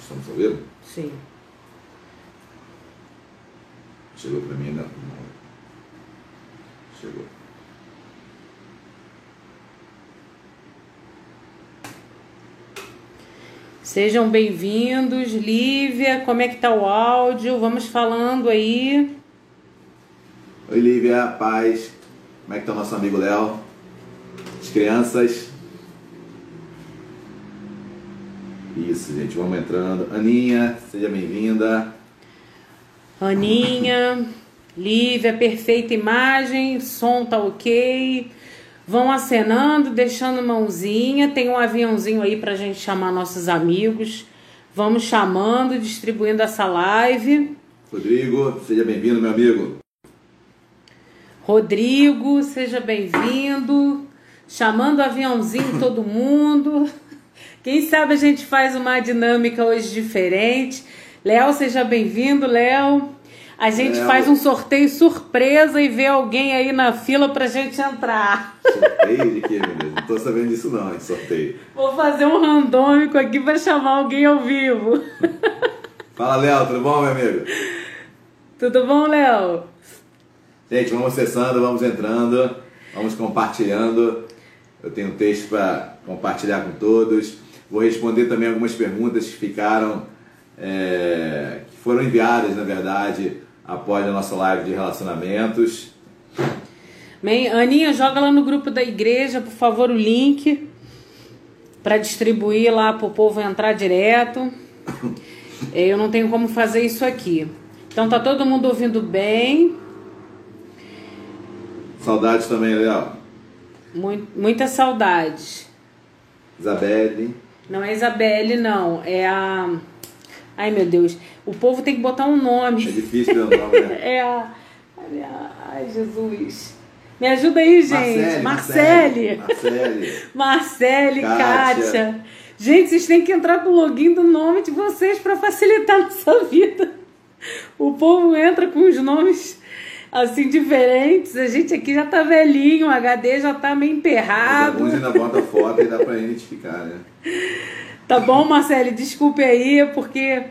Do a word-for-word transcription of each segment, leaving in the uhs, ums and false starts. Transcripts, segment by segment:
Estamos ouvindo? Sim. Chegou para mim, não. Chegou. Sejam bem-vindos. Lívia, como é que tá o áudio? Vamos falando aí. Oi, Lívia, paz. Como é que tá o nosso amigo Léo? As crianças. Isso, gente, vamos entrando. Aninha, seja bem-vinda. Aninha, Lívia, perfeita imagem, som tá ok. Vão acenando, deixando mãozinha. Tem um aviãozinho aí pra gente chamar nossos amigos. Vamos chamando, distribuindo essa live. Rodrigo, seja bem-vindo, meu amigo. Rodrigo, seja bem-vindo. Chamando o aviãozinho todo mundo. Quem sabe a gente faz uma dinâmica hoje diferente. Léo, seja bem-vindo, Léo. A gente Léo. faz um sorteio surpresa e vê alguém aí na fila pra gente entrar. Sorteio de quê, meu Deus? Não tô sabendo disso não, hein? Sorteio. Vou fazer um randômico aqui pra chamar alguém ao vivo. Fala, Léo, tudo bom, meu amigo? Tudo bom, Léo? Gente, vamos acessando, vamos entrando, vamos compartilhando. Eu tenho um texto para compartilhar com todos. Vou responder também algumas perguntas que ficaram, é, que foram enviadas, na verdade, após a nossa live de relacionamentos. Bem, Aninha, joga lá no grupo da igreja, por favor, o link para distribuir lá para o povo entrar direto. Eu não tenho como fazer isso aqui. Então tá todo mundo ouvindo bem. Saudades também, Léo. Muita saudade. Isabelle. Não é Isabelle, não. É a... Ai, meu Deus. O povo tem que botar um nome. É difícil ver o nome, né? É a... Ai, Jesus. Me ajuda aí, gente. Marcele. Marcele. Marcele. Marcele, Kátia. Kátia. Gente, vocês têm que entrar com o login do nome de vocês para facilitar a nossa vida. O povo entra com os nomes assim diferentes. A gente aqui já tá velhinho, o H D já tá meio emperrado. Alguns ainda bota foto e dá pra identificar, né? Tá bom, Marcele? Desculpe aí, porque...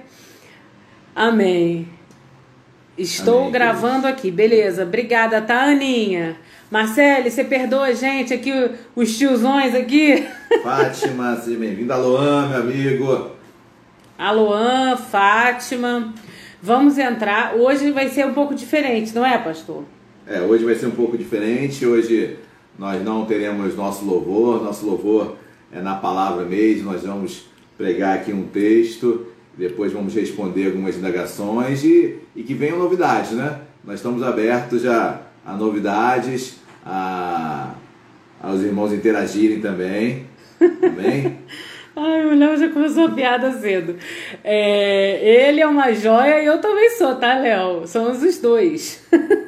Amém. Estou Amém, gravando Deus. Aqui. Beleza. Obrigada, tá, Aninha? Marcele, você perdoa a gente aqui, os tiozões aqui? Fátima, seja bem-vinda. Aloan, meu amigo. Aloan, Fátima. Vamos entrar. Hoje vai ser um pouco diferente, não é, pastor? É, hoje vai ser um pouco diferente. Hoje nós não teremos nosso louvor. Nosso louvor é na palavra mesmo. Nós vamos pregar aqui um texto. Depois vamos responder algumas indagações e, e que venham novidades, né? Nós estamos abertos a, a novidades, a, aos irmãos interagirem também. Amém? Ai, o Léo já começou a piada cedo. É, ele é uma joia e eu também sou, tá, Léo? Somos os dois.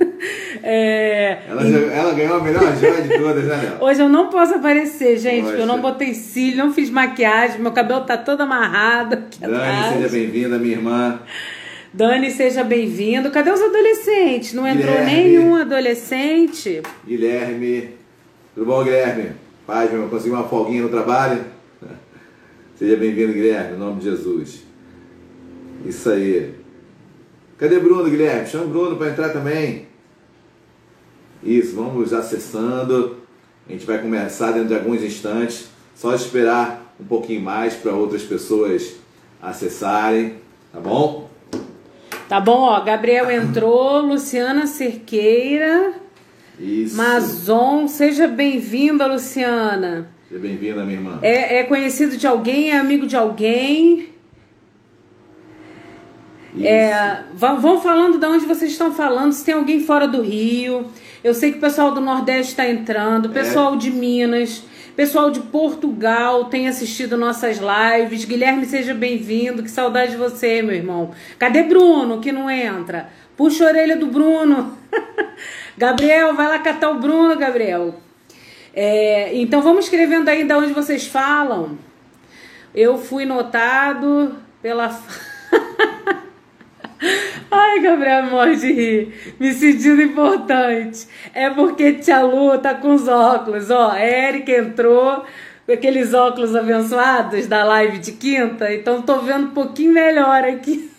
É, ela, já, ela ganhou a melhor joia de todas, né, Léo? Hoje eu não posso aparecer, gente, Poxa. porque eu não botei cílio, não fiz maquiagem, meu cabelo tá todo amarrado aqui Dani, atrás. seja bem-vinda, minha irmã. Dani, seja bem-vindo. Cadê os adolescentes? Não entrou Guilherme. nenhum adolescente? Guilherme. Tudo bom, Guilherme? Paz, meu irmão, conseguiu uma folguinha no trabalho? Seja bem-vindo, Guilherme, em nome de Jesus. Isso aí. Cadê Bruno, Guilherme? Chama o Bruno para entrar também. Isso, vamos acessando. A gente vai começar dentro de alguns instantes. Só esperar um pouquinho mais para outras pessoas acessarem. Tá bom? Tá bom, ó. Gabriel entrou, Luciana Cerqueira. Isso. Mazon, seja bem-vinda, Luciana. Seja bem-vinda, minha irmã. É, é conhecido de alguém, é amigo de alguém. É, vão falando de onde vocês estão falando, se tem alguém fora do Rio. Eu sei que o pessoal do Nordeste está entrando, o pessoal é. de Minas, pessoal de Portugal tem assistido nossas lives. Guilherme, seja bem-vindo, que saudade de você, meu irmão. Cadê Bruno, que não entra? Puxa a orelha do Bruno. Gabriel, vai lá catar o Bruno, Gabriel. É, então vamos escrevendo aí de onde vocês falam. Eu fui notado pela... Ai, Gabriel morre de rir. Me sentindo importante. É porque tia Lu tá com os óculos. Ó, Eric entrou. com aqueles óculos abençoados da live de quinta, então tô vendo um pouquinho melhor aqui.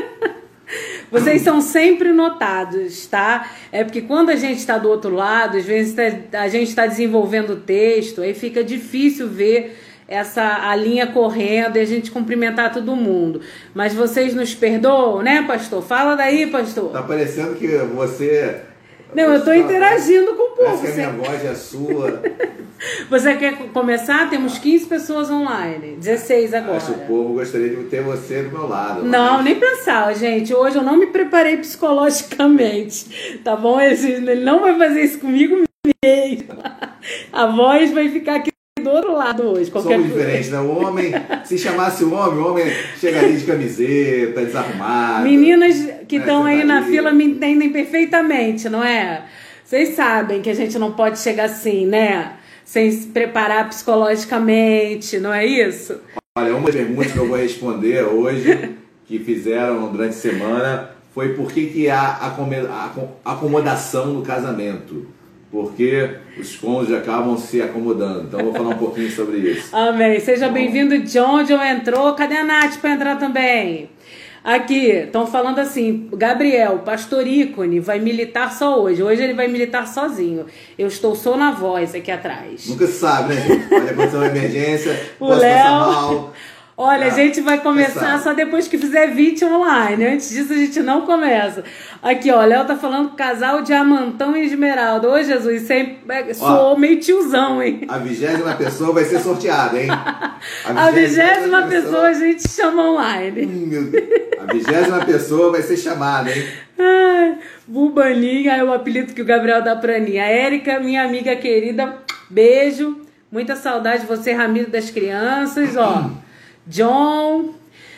Vocês são sempre notados, tá? É porque quando a gente está do outro lado, às vezes a gente está desenvolvendo o texto, aí fica difícil ver essa a linha correndo e a gente cumprimentar todo mundo. Mas vocês nos perdoam, né, pastor? Fala daí, pastor. Tá parecendo que você... Não, eu tô interagindo com o povo. Parece que a minha voz é sua. Você quer começar? Temos quinze pessoas online, dezesseis agora. Acho que o povo gostaria de ter você do meu lado. Não, mas... nem pensar, gente. Hoje eu não me preparei psicologicamente, tá bom? Ele não vai fazer isso comigo mesmo. A voz vai ficar aqui do outro lado hoje. Somos diferentes, né? O homem, se chamasse o homem, o homem chegaria de camiseta, desarrumado. Meninas que estão né? aí na Daí. fila me entendem perfeitamente, não é? Vocês sabem que a gente não pode chegar assim, né? Sem se preparar psicologicamente, não é isso? Olha, uma das perguntas que eu vou responder hoje, que fizeram durante a semana, foi por que, que há acomodação no casamento. Porque os cônjuges acabam se acomodando. Então eu vou falar um pouquinho sobre isso. Amém. Seja bem-vindo, John. John entrou. Cadê a Nath para entrar também? Aqui, estão falando assim, Gabriel, pastor ícone, vai militar só hoje. Hoje ele vai militar sozinho. Eu estou só na voz aqui atrás. Nunca se sabe, né, gente? Pode acontecer uma emergência, O posso Léo... passar mal. Olha, Ah, a gente vai começar só depois que fizer vinte online. Antes disso, a gente não começa. Aqui, ó, Léo tá falando casal Diamantão e Esmeralda. Ô, Jesus, isso aí soou meio tiozão, hein? A vigésima pessoa vai ser sorteada, hein? A vigésima pessoa a gente chama online. Hum, meu Deus. A vigésima pessoa vai ser chamada, hein? Ai, Bubaninha é o apelido que o Gabriel dá pra Aninha. A Érica, minha amiga querida, beijo. Muita saudade de você, Ramiro das crianças, ó. John,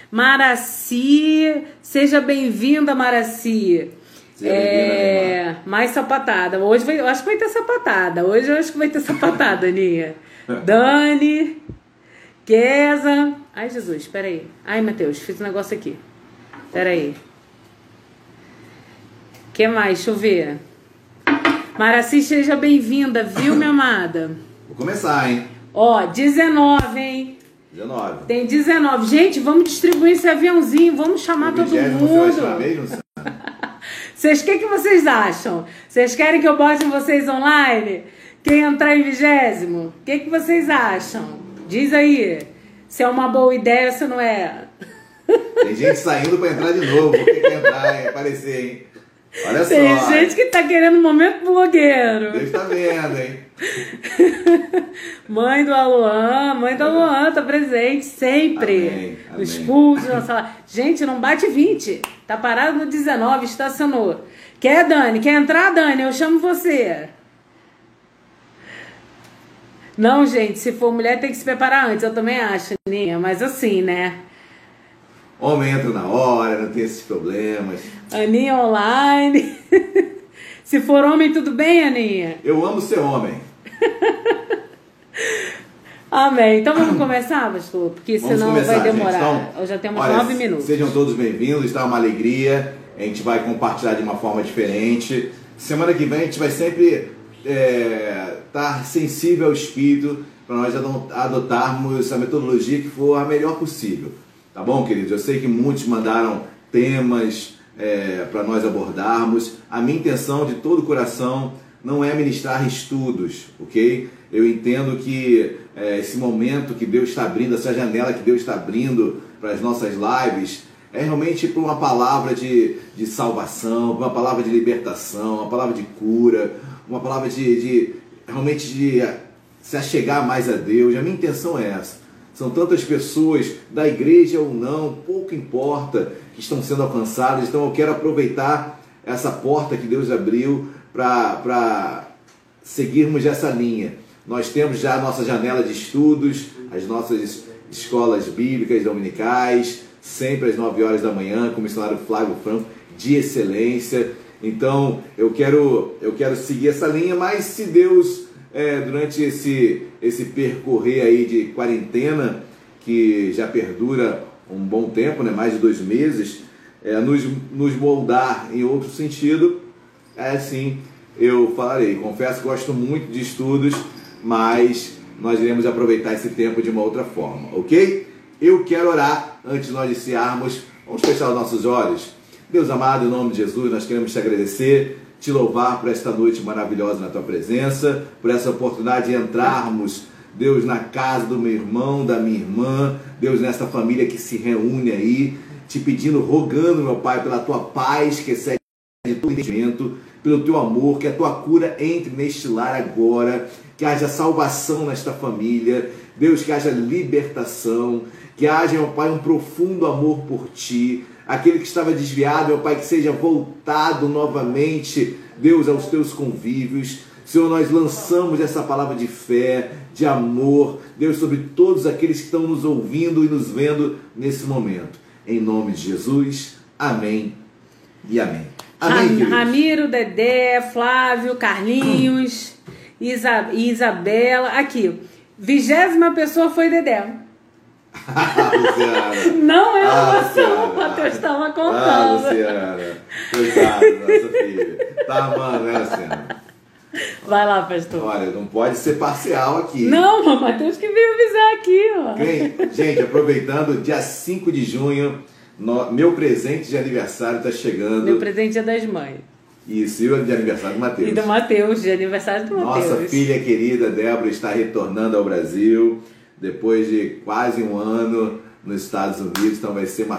Maraci, seja bem-vinda, Maraci. Seja é, bem-vinda, mais sapatada. Hoje vai, eu acho que vai ter sapatada. Hoje eu acho que vai ter sapatada, Aninha. Dani, Kesa. Ai, Jesus, peraí. Ai, Matheus, fiz um negócio aqui. Peraí. O que mais? Deixa eu ver. Maraci, seja bem-vinda, viu, minha amada? Vou começar, hein? Ó, dezenove, hein? dezenove. Tem dezenove. Gente, vamos distribuir esse aviãozinho. Vamos chamar todo vigésimo você vai chamar mundo. mesmo, Sandra? Vocês, o que, que vocês acham? Vocês querem que eu bote vocês online? Quem entrar em vigésimo? O que, que vocês acham? Diz aí. Se é uma boa ideia ou se não é. Tem gente saindo pra entrar de novo. Vou ter que entrar e aparecer, hein? Olha Tem só. gente que tá querendo um momento blogueiro. Deus tá vendo, hein? Mãe do Aluan, mãe do Aluan tá presente sempre. Amém, Nos amém. cultos, na sala. Gente, não bate vinte. Tá parado no dezenove, estacionou. Quer, Dani? Quer entrar, Dani? Eu chamo você. Não, gente, se for mulher tem que se preparar antes. Eu também acho, Ninha. Mas assim, né? Homem entra na hora, não tem esses problemas. Aninha online. Se for homem, tudo bem, Aninha? Eu amo ser homem. Amém. Então vamos começar, pastor? Porque Vamos senão começar, vai demorar. gente. Então, Já temos olha, nove minutos. Sejam todos bem-vindos, está uma alegria. A gente vai compartilhar de uma forma diferente. Semana que vem a gente vai sempre estar é, sensível ao Espírito para nós adotarmos a metodologia que for a melhor possível. Tá bom, queridos? Eu sei que muitos mandaram temas é, para nós abordarmos. A minha intenção de todo o coração não é ministrar estudos, ok? Eu entendo que é, esse momento que Deus está abrindo, essa janela que Deus está abrindo para as nossas lives, é realmente para uma palavra de, de salvação, uma palavra de libertação, uma palavra de cura, uma palavra de, de realmente de se achegar mais a Deus. A minha intenção é essa. São tantas pessoas, da igreja ou não, pouco importa, que estão sendo alcançadas. Então eu quero aproveitar essa porta que Deus abriu para seguirmos essa linha. Nós temos já a nossa janela de estudos, as nossas escolas bíblicas dominicais, sempre às nove horas da manhã, com o missionário Flávio Franco, de excelência. Então eu quero, eu quero seguir essa linha, mas se Deus... É, durante esse, esse percorrer aí de quarentena, que já perdura um bom tempo, né, mais de dois meses, é, nos, nos moldar em outro sentido, é assim, eu falarei. Confesso que gosto muito de estudos, mas nós iremos aproveitar esse tempo de uma outra forma, ok? Eu quero orar antes de nós iniciarmos. Vamos fechar os nossos olhos. Deus amado, em nome de Jesus, nós queremos te agradecer, te louvar por esta noite maravilhosa na tua presença, por essa oportunidade de entrarmos, Deus, na casa do meu irmão, da minha irmã, Deus, nesta família que se reúne aí, te pedindo, rogando, meu Pai, pela tua paz que excede todo entendimento, pelo teu amor, que a tua cura entre neste lar agora, que haja salvação nesta família, Deus, que haja libertação, que haja, meu Pai, um profundo amor por ti, aquele que estava desviado, meu Pai, que seja voltado novamente, Deus, aos teus convívios. Senhor, nós lançamos essa palavra de fé, de amor, Deus, sobre todos aqueles que estão nos ouvindo e nos vendo nesse momento. Em nome de Jesus, amém e amém. Amém, queridos. Ramiro, Dedé, Flávio, Carlinhos, Isa, Isabela. Aqui, vigésima pessoa foi Dedé. Ah, Luciana. Não é Ah, uma Luciana. o Matheus estava Ah, contando. Luciana. Coitado, nossa filha. Tá amando, né, Luciana? Vai lá, pastor. Olha, não pode ser parcial aqui. Não, o Matheus que veio avisar aqui, ó. Quem? Gente, aproveitando, dia cinco de junho, no- meu presente de aniversário está chegando. Meu presente é das mães. Isso, e o de aniversário do Matheus. E do Matheus, de aniversário do Matheus. Nossa filha querida Débora está retornando ao Brasil depois de quase um ano nos Estados Unidos, então vai ser uma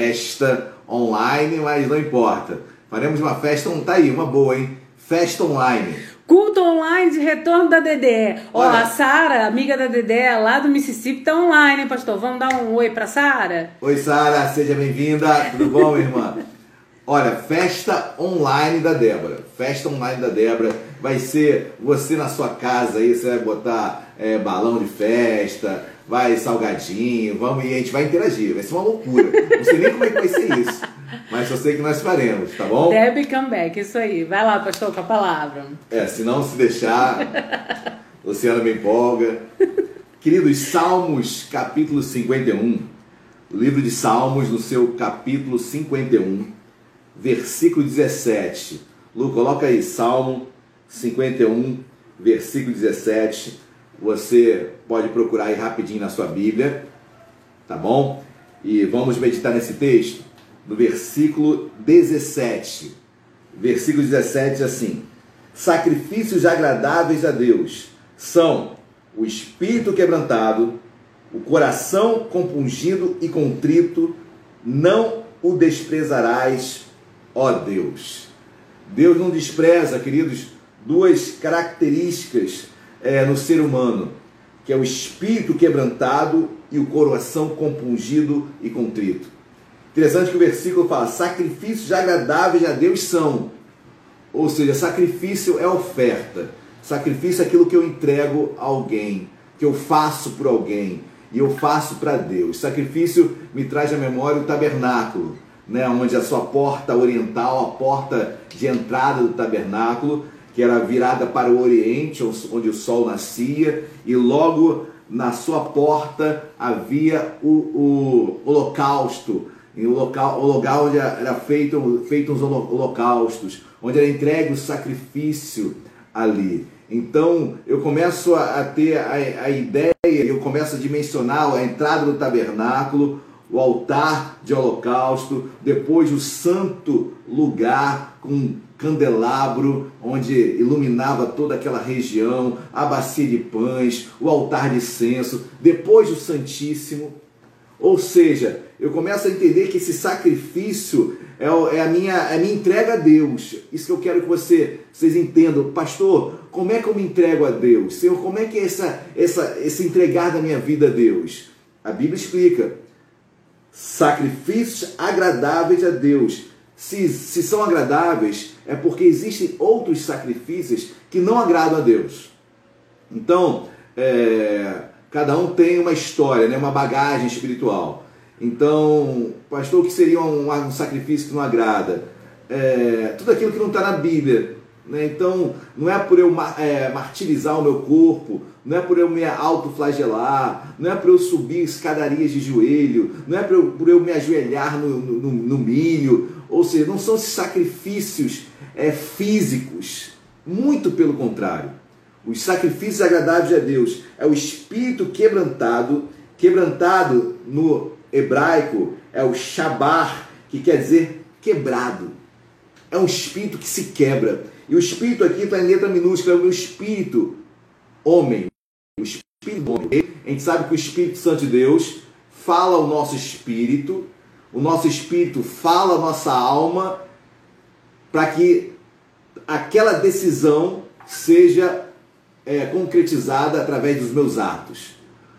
festa online, mas não importa. Faremos uma festa, um, tá aí, uma boa, hein? Festa online. Culto online de retorno da Dedé. Ó, Olha. a Sara, amiga da Dedé, lá do Mississippi, tá online, hein, pastor? Vamos dar um oi pra Sara? Oi, Sara, seja bem-vinda. Tudo bom, minha irmã? Olha, festa online da Débora. Festa online da Débora. Vai ser você na sua casa aí, você vai botar é, balão de festa, vai salgadinho, vamos e a gente vai interagir. Vai ser uma loucura. Não sei nem como é que vai ser isso, mas eu sei que nós faremos, tá bom? Debbie Comeback, isso aí. Vai lá, pastor, com a palavra. É, se não se deixar, Luciano me empolga. Queridos, Salmos capítulo cinquenta e um, o livro de Salmos no seu capítulo cinquenta e um, versículo dezessete. Lu, coloca aí, Salmo cinquenta e um, versículo dezessete. Você pode procurar aí rapidinho na sua Bíblia, tá bom? E vamos meditar nesse texto, no versículo dezessete. Versículo dezessete, assim: sacrifícios agradáveis a Deus são o espírito quebrantado, o coração compungido e contrito, não o desprezarás, ó Deus. Deus não despreza, queridos, duas características é, no ser humano, que é o espírito quebrantado e o coração compungido e contrito. Interessante que o versículo fala: sacrifícios agradáveis a Deus são. Ou seja, sacrifício é oferta. Sacrifício é aquilo que eu entrego a alguém, que eu faço por alguém, e eu faço para Deus. Sacrifício me traz à memória o tabernáculo, né, onde a sua porta oriental, a porta de entrada do tabernáculo, que era virada para o oriente, onde o sol nascia, e logo na sua porta havia o, o holocausto, o local, o lugar onde era feito, feito os holocaustos, onde era entregue o sacrifício ali. Então eu começo a, a ter a, a ideia, eu começo a dimensionar a entrada do tabernáculo, o altar de holocausto, depois o santo lugar com candelabro, onde iluminava toda aquela região, a bacia de pães, o altar de incenso, depois o santíssimo. Ou seja, eu começo a entender que esse sacrifício é a minha, é a minha entrega a Deus. Isso que eu quero que você, vocês entendam. Pastor, como é que eu me entrego a Deus? Senhor, como é que é essa, essa, esse entregar da minha vida a Deus? A Bíblia explica: sacrifícios agradáveis a Deus. Se, se são agradáveis, é porque existem outros sacrifícios que não agradam a Deus. Então, é, cada um tem uma história, né, uma bagagem espiritual. Então, pastor, o que seria um, um sacrifício que não agrada? É, tudo aquilo que não está na Bíblia. Né? Então, não é por eu é, martirizar o meu corpo, não é por eu me autoflagelar, não é por eu subir escadarias de joelho, não é por eu, por eu me ajoelhar no, no, no milho. Ou seja, não são esses sacrifícios é, físicos. Muito pelo contrário. Os sacrifícios agradáveis a Deus é o espírito quebrantado. Quebrantado no hebraico é o shabar, que quer dizer quebrado. É um espírito que se quebra. E o espírito aqui está em letra minúscula, é o meu espírito homem. O espírito homem. A gente sabe que o Espírito Santo de Deus fala ao nosso espírito, o nosso espírito fala a nossa alma, para que aquela decisão seja é, concretizada através dos meus atos.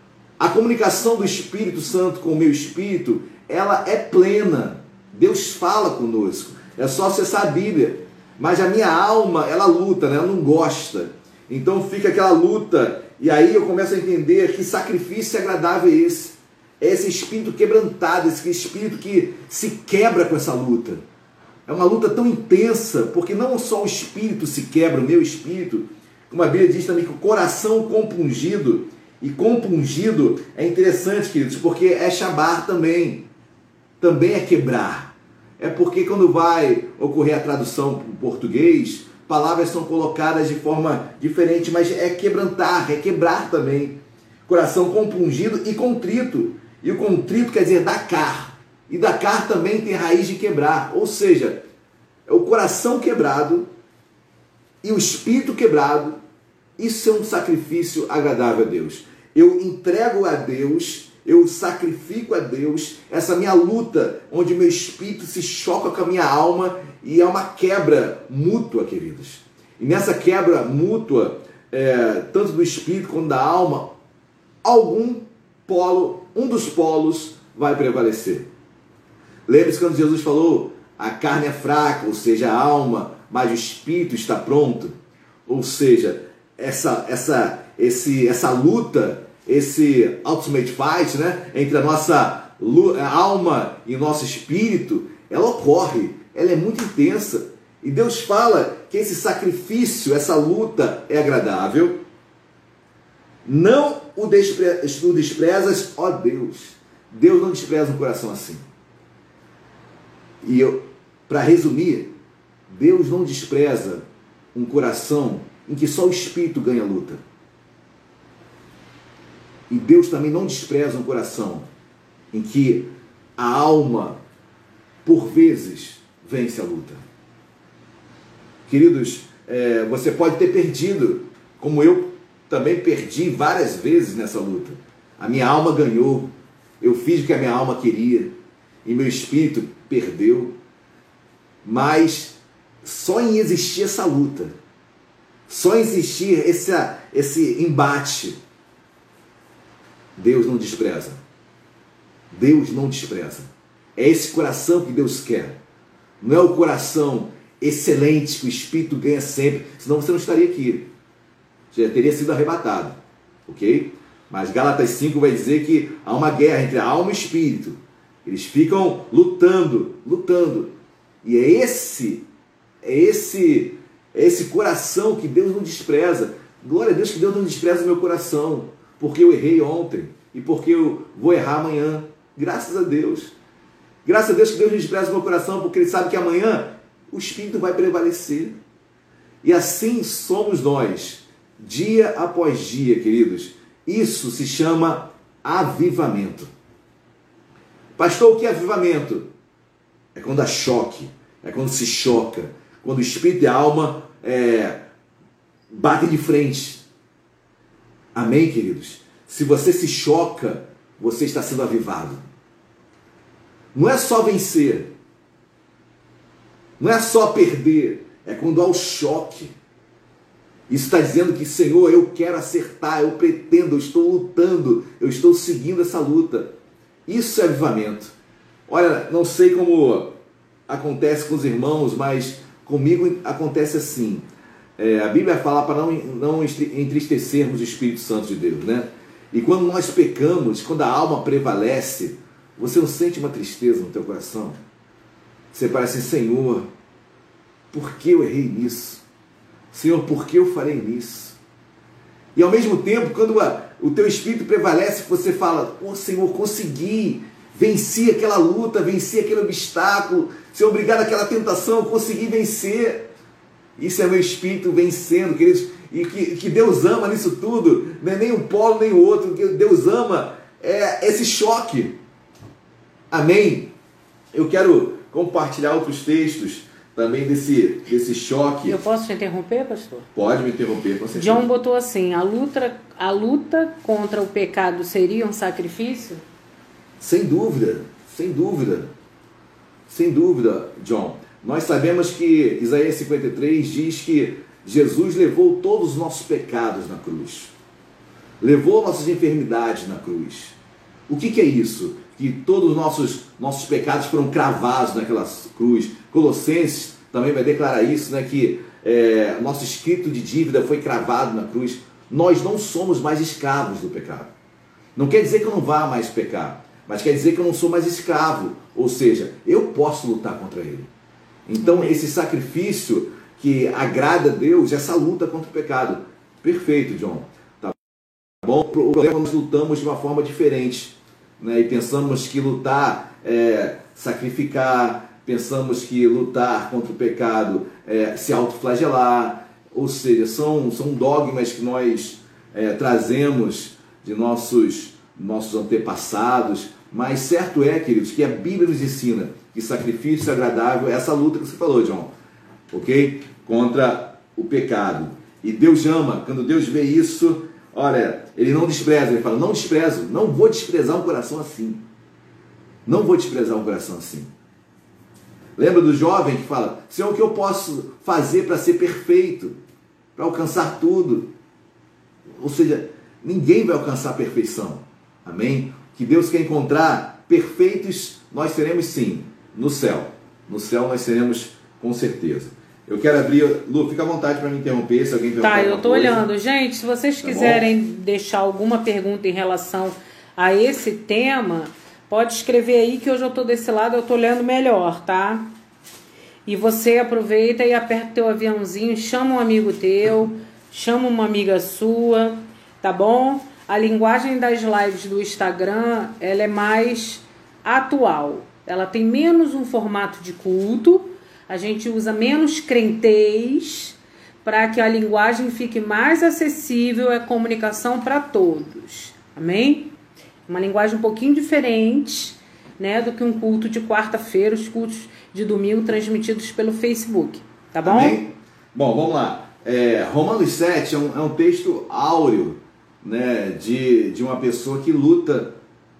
A comunicação do Espírito Santo com o meu espírito, ela é plena. Deus fala conosco. É só acessar a Bíblia. Mas a minha alma, ela luta, né? Ela não gosta. Então fica aquela luta. E aí eu começo a entender que sacrifício agradável é esse. É esse espírito quebrantado, esse espírito que se quebra com essa luta. É uma luta tão intensa, porque não só o espírito se quebra, o meu espírito, como a Bíblia diz também que o coração compungido, e compungido é interessante, queridos, porque é shabar também, também é quebrar. É porque quando vai ocorrer a tradução para o português, palavras são colocadas de forma diferente, mas é quebrantar, é quebrar também. Coração compungido e contrito. E o contrito quer dizer dacar. E dacar também tem raiz de quebrar. Ou seja, é o coração quebrado e o espírito quebrado. Isso é um sacrifício agradável a Deus. Eu entrego a Deus, eu sacrifico a Deus essa minha luta, onde meu espírito se choca com a minha alma e é uma quebra mútua, queridos. E nessa quebra mútua, é, tanto do espírito quanto da alma, algum polo, um dos polos vai prevalecer. Lembre-se quando Jesus falou, a carne é fraca, ou seja, a alma, mas o espírito está pronto. Ou seja, essa, essa, esse, essa luta, esse ultimate fight, né, entre a nossa alma e o nosso espírito, ela ocorre, ela é muito intensa. E Deus fala que esse sacrifício, essa luta é agradável. Não o, despre... o desprezas, ó Deus. Deus não despreza um coração assim. E eu, para resumir, Deus não despreza um coração em que só o espírito ganha a luta. E Deus também não despreza um coração em que a alma, por vezes, vence a luta. Queridos, é, você pode ter perdido, como eu também perdi várias vezes nessa luta. A minha alma ganhou, eu fiz o que a minha alma queria, e meu espírito perdeu. Mas só em existir essa luta, só em existir esse, esse embate, Deus não despreza. Deus não despreza. É esse coração que Deus quer. Não é o coração excelente que o Espírito ganha sempre, senão você não estaria aqui. Já teria sido arrebatado. Ok? Mas Gálatas cinco vai dizer que há uma guerra entre a alma e o Espírito. Eles ficam lutando, lutando. E é esse, é esse, é esse coração que Deus não despreza. Glória a Deus que Deus não despreza o meu coração, porque eu errei ontem e porque eu vou errar amanhã. Graças a Deus. Graças a Deus que Deus não despreza o meu coração, porque Ele sabe que amanhã o Espírito vai prevalecer. E assim somos nós, dia após dia, queridos. Isso se chama avivamento. Pastor, o que é avivamento? É quando há choque, é quando se choca, quando o espírito e a alma é, batem de frente. Amém, queridos? Se você se choca, você está sendo avivado. Não é só vencer, não é só perder, é quando há o choque. Isso está dizendo que, Senhor, eu quero acertar, eu pretendo, eu estou lutando, eu estou seguindo essa luta. Isso é avivamento. Olha, não sei como acontece com os irmãos, mas comigo acontece assim. É, a Bíblia fala para não, não entristecermos o Espírito Santo de Deus, né? E quando nós pecamos, quando a alma prevalece, você não sente uma tristeza no teu coração? Você parece assim, Senhor, por que eu errei nisso? Senhor, por que eu falei nisso? E ao mesmo tempo, quando a, o teu espírito prevalece, você fala, oh Senhor, consegui, venci aquela luta, venci aquele obstáculo, Senhor, obrigado àquela tentação, eu consegui vencer. Isso é meu espírito vencendo, queridos. E que, que Deus ama nisso tudo, não é nem um polo nem o outro, que Deus ama é esse choque. Amém? Eu quero compartilhar outros textos também desse, desse choque. Eu posso te interromper, pastor? Pode me interromper, com certeza. John botou assim, a luta, a luta contra o pecado seria um sacrifício? Sem dúvida, sem dúvida, sem dúvida, John. Nós sabemos que Isaías cinquenta e três diz que Jesus levou todos os nossos pecados na cruz. Levou nossas enfermidades na cruz. O que, que é isso? Que todos os nossos, nossos pecados foram cravados naquela cruz. Colossenses também vai declarar isso, né? Que é, nosso escrito de dívida foi cravado na cruz. Nós não somos mais escravos do pecado. Não quer dizer que eu não vá mais pecar, mas quer dizer que eu não sou mais escravo. Ou seja, eu posso lutar contra ele. Então, esse sacrifício que agrada a Deus, essa luta contra o pecado. Perfeito, John. Tá bom? O problema é que nós lutamos de uma forma diferente, né? E pensamos que lutar é sacrificar, pensamos que lutar contra o pecado é se autoflagelar. Ou seja, são, são dogmas que nós é, trazemos de nossos, nossos antepassados. Mas certo é, queridos, que a Bíblia nos ensina que sacrifício agradável é essa luta que você falou, John, ok? Contra o pecado. E Deus ama, quando Deus vê isso, olha, Ele não despreza, Ele fala, não desprezo, não vou desprezar um coração assim. Não vou desprezar um coração assim. Lembra do jovem que fala, Senhor, o que eu posso fazer para ser perfeito? Para alcançar tudo? Ou seja, ninguém vai alcançar a perfeição. Amém? Que Deus quer encontrar perfeitos, nós seremos sim, no céu. No céu nós seremos com certeza. Eu quero abrir... Lu, fica à vontade para me interromper, se alguém perguntar. Tá, eu tô coisa. olhando. Gente, se vocês Tá quiserem bom? deixar alguma pergunta em relação a esse tema, pode escrever aí que hoje eu tô desse lado, eu tô olhando melhor, tá? E você aproveita e aperta teu aviãozinho, chama um amigo teu, chama uma amiga sua, tá bom? A linguagem das lives do Instagram, ela é mais atual. Ela tem menos um formato de culto, a gente usa menos crentez para que a linguagem fique mais acessível, é comunicação para todos. Amém? Uma linguagem um pouquinho diferente, né, do que um culto de quarta-feira, os cultos de domingo transmitidos pelo Facebook. Tá bom? Amém? Bom, vamos lá. É, Romanos sete é um, é um texto áureo, né, de, de uma pessoa que luta,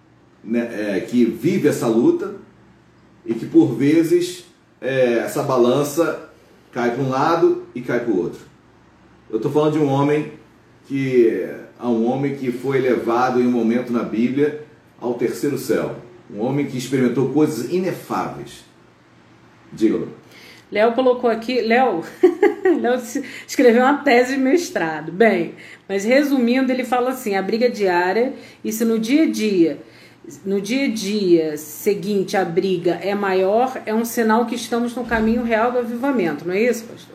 né, é, que vive essa luta e que por vezes é, essa balança cai para um lado e cai para o outro. Eu estou falando de um homem que a um homem que foi levado em um momento na Bíblia ao terceiro céu, um homem que experimentou coisas inefáveis. Diga-lo. Léo colocou aqui, Léo, Léo escreveu uma tese de mestrado. Bem, mas resumindo, ele fala assim, a briga diária, e se no dia a dia, no dia a dia seguinte a briga é maior, é um sinal que estamos no caminho real do avivamento, não é isso, pastor?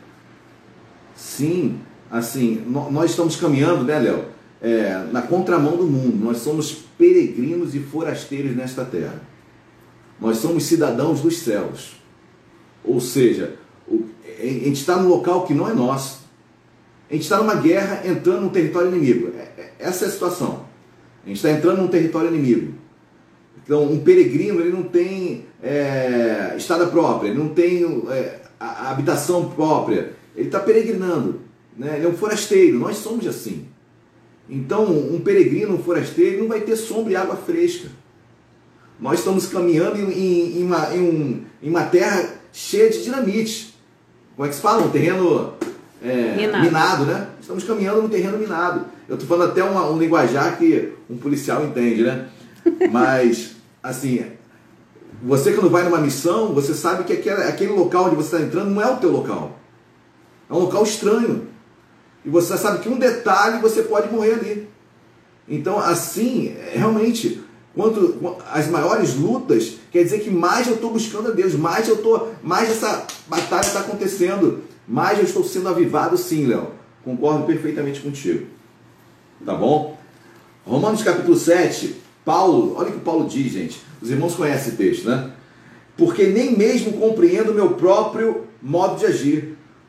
Sim, assim, nós estamos caminhando, né, Léo, é, na contramão do mundo, nós somos peregrinos e forasteiros nesta terra. Nós somos cidadãos dos céus. Ou seja, a gente está num local que não é nosso. A gente está numa guerra entrando num território inimigo. Essa é a situação. A gente está entrando num território inimigo. Então, um peregrino, ele não tem é, estada própria, ele não tem é, a habitação própria. Ele está peregrinando, né? Ele é um forasteiro. Nós somos assim. Então, um peregrino, um forasteiro, não vai ter sombra e água fresca. Nós estamos caminhando em, em, uma, em, um, em uma terra cheia de dinamite. Como é que se fala? Um terreno é, minado. minado, né? Estamos caminhando num terreno minado. Eu estou falando até uma, um linguajar que um policial entende, né? Mas, assim, você quando vai numa missão, você sabe que aquele, aquele local onde você está entrando não é o teu local. É um local estranho. E você sabe que um detalhe você pode morrer ali. Então, assim, realmente... Quanto as maiores lutas, quer dizer que mais eu estou buscando a Deus, mais eu tô, mais essa batalha está acontecendo, mais eu estou sendo avivado, sim, Léo. Concordo perfeitamente contigo. Tá bom? Romanos capítulo sete, Paulo, olha o que Paulo diz, gente. Os irmãos conhecem esse texto, né? Porque nem mesmo compreendo o meu próprio modo de agir.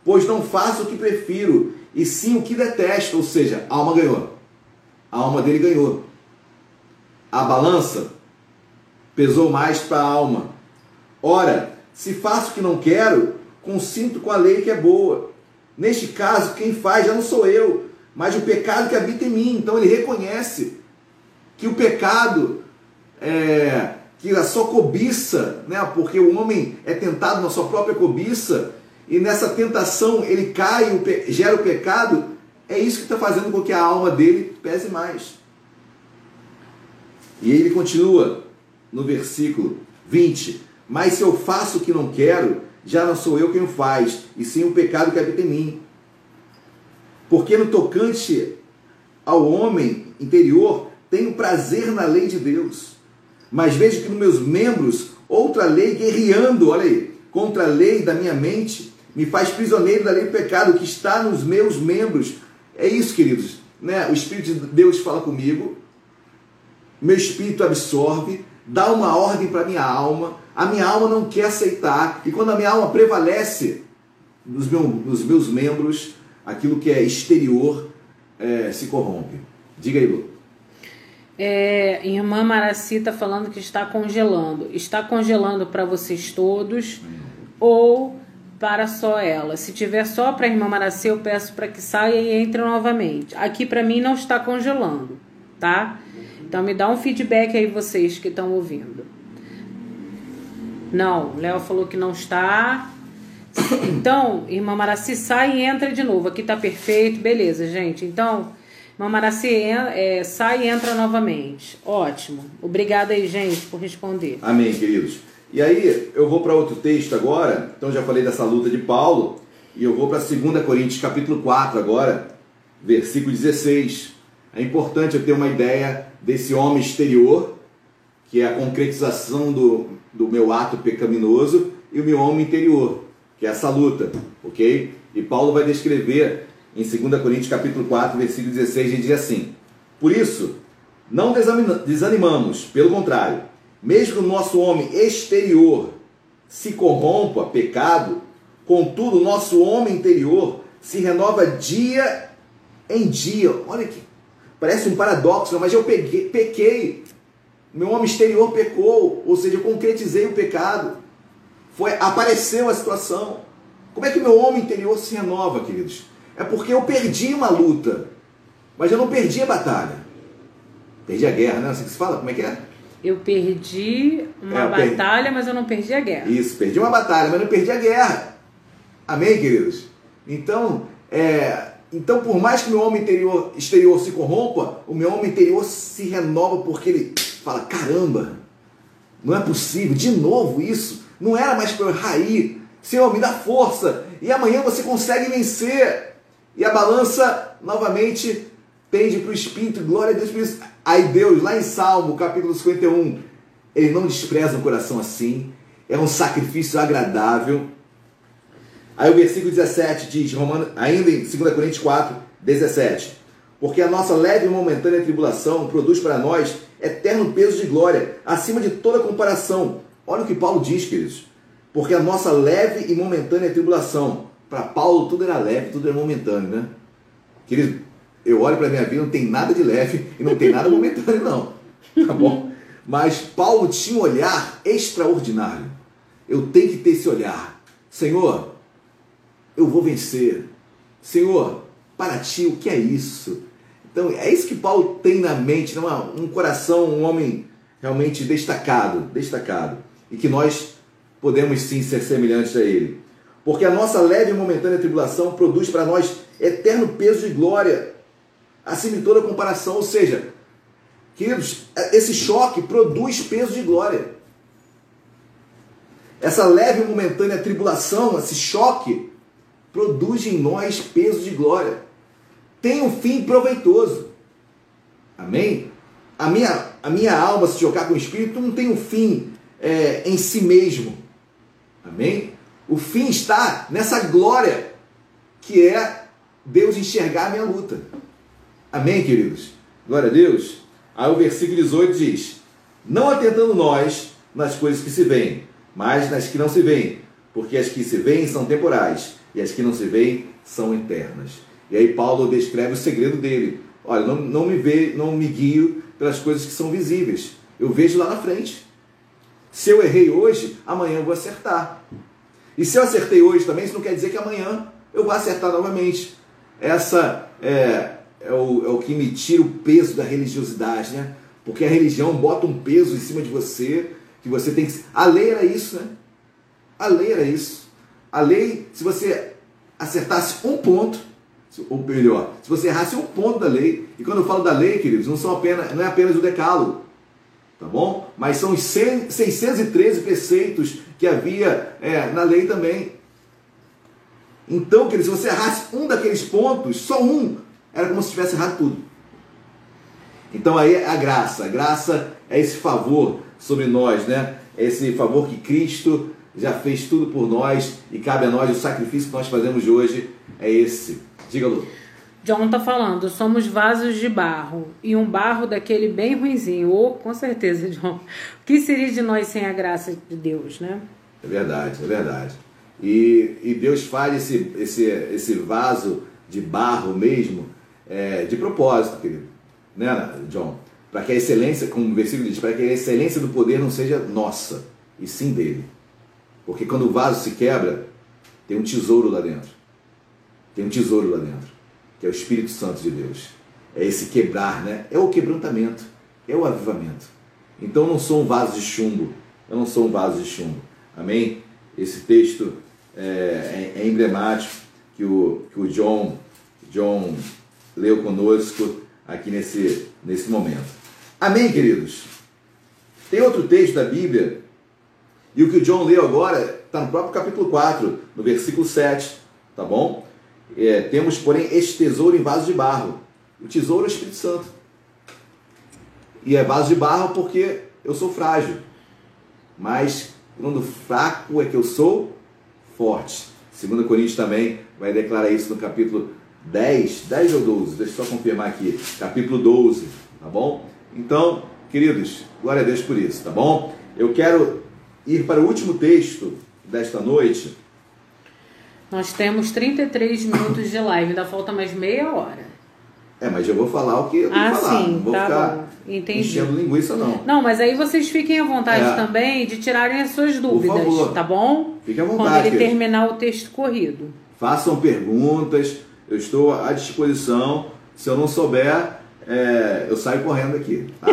pois não faço o que prefiro, e sim o que detesto. Ou seja, a alma ganhou. A alma dele ganhou. A balança pesou mais para a alma. Ora, se faço o que não quero, consinto com a lei que é boa. Neste caso, quem faz já não sou eu, mas o pecado que habita em mim. Então ele reconhece que o pecado, é, que a sua cobiça, né, porque o homem é tentado na sua própria cobiça, e nessa tentação ele cai, o, gera o pecado, é isso que está fazendo com que a alma dele pese mais. E ele continua no versículo vinte, mas se eu faço o que não quero, já não sou eu quem o faz, e sim o pecado que habita em mim. Porque no tocante ao homem interior, tenho prazer na lei de Deus, mas vejo que nos meus membros, outra lei guerreando, olha aí, contra a lei da minha mente, me faz prisioneiro da lei do pecado que está nos meus membros. É isso, queridos, né? O Espírito de Deus fala comigo, meu espírito absorve, dá uma ordem para a minha alma, a minha alma não quer aceitar, e quando a minha alma prevalece nos, meu, nos meus membros, aquilo que é exterior é, se corrompe. Diga aí, Lu. É, irmã Maraci está falando que está congelando. Está congelando para vocês todos ou para só ela? Se tiver só para a irmã Maraci, eu peço para que saia e entre novamente. Aqui para mim não está congelando, tá? Então me dá um feedback aí vocês que estão ouvindo. Não, Léo falou que não está. Então, irmã Maraci, sai e entra de novo. Aqui está perfeito, beleza, gente. Então... Irmã Maraci, é, sai e entra novamente. Ótimo. Obrigada aí, gente, por responder. Amém, queridos. E aí, eu vou para outro texto agora. Então, já falei dessa luta de Paulo. E eu vou para dois Coríntios, capítulo quatro agora, versículo dezesseis. É importante eu ter uma ideia desse homem exterior, que é a concretização do, do meu ato pecaminoso, e o meu homem interior, que é essa luta, ok? E Paulo vai descrever... Em dois Coríntios capítulo quatro, versículo dezesseis, ele diz assim: por isso, não desanimamos, pelo contrário, mesmo que o nosso homem exterior se corrompa, pecado, contudo, o nosso homem interior se renova dia em dia. Olha que parece um paradoxo, mas eu peguei, pequei, meu homem exterior pecou, ou seja, eu concretizei o pecado, foi, apareceu a situação. Como é que o meu homem interior se renova, queridos? É porque eu perdi uma luta, mas eu não perdi a batalha. Perdi a guerra, não é assim que se fala? Como é que é? Eu perdi uma é, eu batalha, perdi... mas eu não perdi a guerra. Isso, perdi uma batalha, mas não perdi a guerra. Amém, queridos? Então, é... então por mais que o meu homem interior, exterior se corrompa, o meu homem interior se renova porque ele fala, caramba, não é possível, de novo isso, não era mais para eu rair. Senhor, me dá força, e amanhã você consegue vencer. E a balança, novamente, tende para o Espírito, glória a Deus por isso. Aí Deus, lá em Salmo, capítulo cinquenta e um, ele não despreza um coração assim, é um sacrifício agradável. Aí o versículo dezessete diz, Romano, ainda em dois Coríntios quatro, dezessete, porque a nossa leve e momentânea tribulação produz para nós eterno peso de glória, acima de toda comparação. Olha o que Paulo diz, queridos, porque a nossa leve e momentânea tribulação, para Paulo tudo era leve, tudo era momentâneo, né? Querido, eu olho para a minha vida, não tem nada de leve e não tem nada momentâneo, não. Tá bom? Mas Paulo tinha um olhar extraordinário. Eu tenho que ter esse olhar. Senhor, eu vou vencer. Senhor, para ti, o que é isso? Então, é isso que Paulo tem na mente, não é? Um coração, um homem realmente destacado, destacado. E que nós podemos sim ser semelhantes a ele. Porque a nossa leve e momentânea tribulação produz para nós eterno peso de glória, acima de toda comparação. Ou seja, queridos, esse choque produz peso de glória. Essa leve e momentânea tribulação, esse choque, produz em nós peso de glória. Tem um fim proveitoso. Amém? A minha, a minha alma, se chocar com o Espírito, não tem um fim é, em si mesmo. Amém? O fim está nessa glória que é Deus enxergar a minha luta. Amém, queridos? Glória a Deus. Aí o versículo dezoito diz, não atentando nós nas coisas que se veem, mas nas que não se veem, porque as que se veem são temporais, e as que não se veem são eternas. E aí Paulo descreve o segredo dele. Olha, não, não me vê, não me guio pelas coisas que são visíveis. Eu vejo lá na frente. Se eu errei hoje, amanhã eu vou acertar. E se eu acertei hoje também, isso não quer dizer que amanhã eu vou acertar novamente. Essa é, é, o, é o que me tira o peso da religiosidade, né? Porque a religião bota um peso em cima de você, que você tem que... A lei era isso, né? A lei era isso. A lei, se você acertasse um ponto, ou melhor, se você errasse um ponto da lei, e quando eu falo da lei, queridos, não, são apenas, não é apenas o decálogo, tá bom? Mas são os seiscentos e treze preceitos que havia é, na lei também. Então, queridos, se você errasse um daqueles pontos, só um, era como se tivesse errado tudo. Então aí é a graça. A graça é esse favor sobre nós, né? É esse favor que Cristo já fez tudo por nós e cabe a nós, o sacrifício que nós fazemos hoje é esse. Diga, Lu. John está falando, somos vasos de barro, e um barro daquele bem ruinzinho. Oh, com certeza, John. O que seria de nós sem a graça de Deus, né? É verdade, é verdade. E, e Deus faz esse, esse, esse vaso de barro mesmo, é, de propósito, querido. Né, John? Para que a excelência, como o versículo diz, para que a excelência do poder não seja nossa, e sim dele. Porque quando o vaso se quebra, tem um tesouro lá dentro. Tem um tesouro lá dentro, que é o Espírito Santo de Deus. É esse quebrar, né? É o quebrantamento, é o avivamento. Então eu não sou um vaso de chumbo, eu não sou um vaso de chumbo. Amém? Esse texto é, é, é emblemático que o, que o John, John leu conosco aqui nesse, nesse momento. Amém, queridos? Tem outro texto da Bíblia, e o que o John leu agora está no próprio capítulo quatro, no versículo sete, tá bom? É, temos, porém, este tesouro em vaso de barro. O tesouro é o Espírito Santo. E é vaso de barro porque eu sou frágil. Mas quando fraco é que eu sou forte. Segunda Coríntios também vai declarar isso no capítulo dez, dez ou doze, deixa eu só confirmar aqui, capítulo doze, tá bom? Então, queridos, glória a Deus por isso, tá bom? Eu quero ir para o último texto desta noite. Nós temos trinta e três minutos de live, ainda falta mais meia hora. É, mas eu vou falar o que eu tenho ah, que falar, sim, não vou tá ficar bom. Entendi. enchendo linguiça não. Não, mas aí vocês fiquem à vontade é. também de tirarem as suas dúvidas, por favor. Tá bom? Fique à vontade. Quando ele queridos. terminar o texto corrido. Façam perguntas, eu estou à disposição. Se eu não souber, é, eu saio correndo aqui, tá?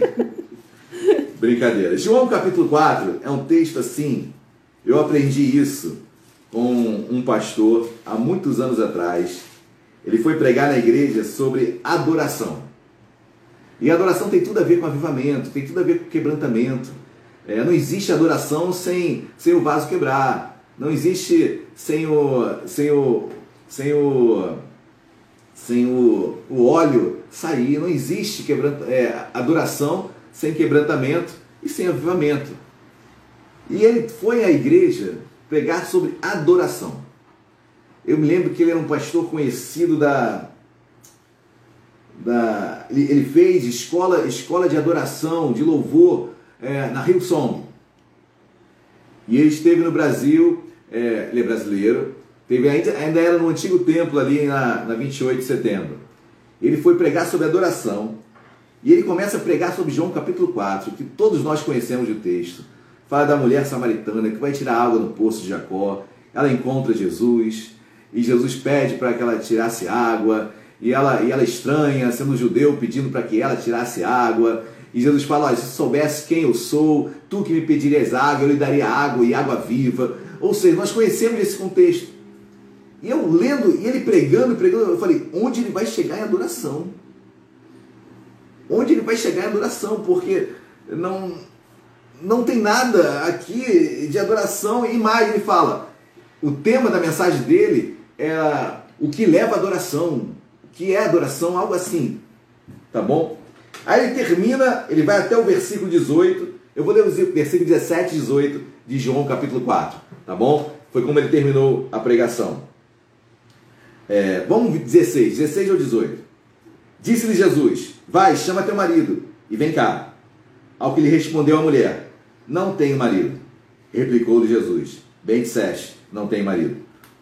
Brincadeira. João capítulo quatro é um texto assim, eu aprendi isso com um pastor há muitos anos atrás. Ele foi pregar na igreja sobre adoração. E a adoração tem tudo a ver com avivamento, tem tudo a ver com quebrantamento. É, não existe adoração sem, sem o vaso quebrar. Não existe sem o, sem o, sem o, sem o, o óleo sair. Não existe quebranta, é, adoração sem quebrantamento e sem avivamento. E ele foi à igreja pregar sobre adoração. Eu me lembro que ele era um pastor conhecido da... da ele, ele fez escola, escola de adoração, de louvor, é, na Hillsong. E ele esteve no Brasil, é, ele é brasileiro, teve, ainda, ainda era no antigo templo ali na, na vinte e oito de setembro. Ele foi pregar sobre adoração, e ele começa a pregar sobre João capítulo quatro, que todos nós conhecemos o texto. Fala da mulher samaritana que vai tirar água no poço de Jacó, ela encontra Jesus, e Jesus pede para que ela tirasse água, e ela, e ela estranha, sendo judeu, pedindo para que ela tirasse água, e Jesus fala, olha, se soubesse quem eu sou, tu que me pedirias água, eu lhe daria água e água viva. Ou seja, nós conhecemos esse contexto. E eu lendo, e ele pregando, pregando, eu falei, onde ele vai chegar em adoração? Onde ele vai chegar em adoração? Porque não, não tem nada aqui de adoração. E mais, ele fala, o tema da mensagem dele é o que leva à adoração. O que é adoração? Algo assim. Tá bom? Aí ele termina, ele vai até o versículo dezoito. Eu vou ler o versículo dezessete e dezoito de João capítulo quatro. Tá bom? Foi como ele terminou a pregação. É, vamos dezesseis, dezesseis ou dezoito. Disse-lhe Jesus, vai, chama teu marido e vem cá. Ao que lhe respondeu a mulher, não tenho marido. Replicou-lhe Jesus, bem disseste, não tenho marido.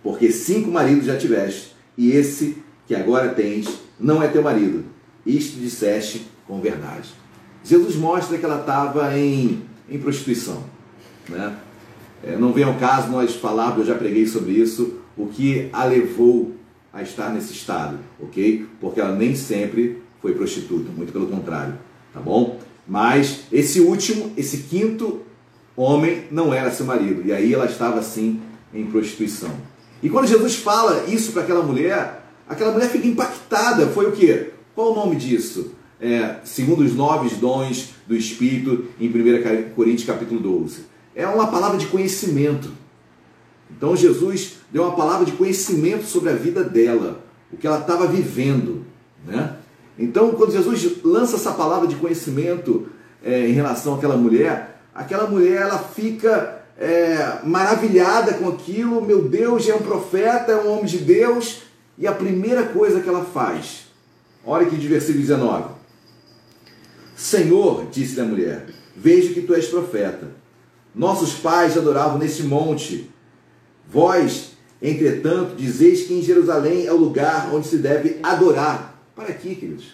porque cinco maridos já tiveste, e esse que agora tens não é teu marido. Isto disseste com verdade. Jesus mostra que ela estava em, em prostituição, né? É, não vem ao caso nós falarmos, eu já preguei sobre isso, o que a levou a estar nesse estado, ok? Porque ela nem sempre foi prostituta, muito pelo contrário, tá bom? Mas esse último, esse quinto homem não era seu marido, e aí ela estava assim em prostituição. E quando Jesus fala isso para aquela mulher, aquela mulher fica impactada. Foi o quê? Qual o nome disso? É, segundo os nove dons do Espírito, em primeira Coríntios capítulo doze. É uma palavra de conhecimento. Então Jesus deu uma palavra de conhecimento sobre a vida dela, o que ela estava vivendo, né? Então, quando Jesus lança essa palavra de conhecimento é, em relação àquela mulher, aquela mulher ela fica é, maravilhada com aquilo. Meu Deus, é um profeta, é um homem de Deus. E a primeira coisa que ela faz, olha aqui de versículo dezenove. Senhor, disse a mulher, vejo que tu és profeta. Nossos pais adoravam neste monte. Vós, entretanto, dizeis que em Jerusalém é o lugar onde se deve adorar. Para aqui, queridos.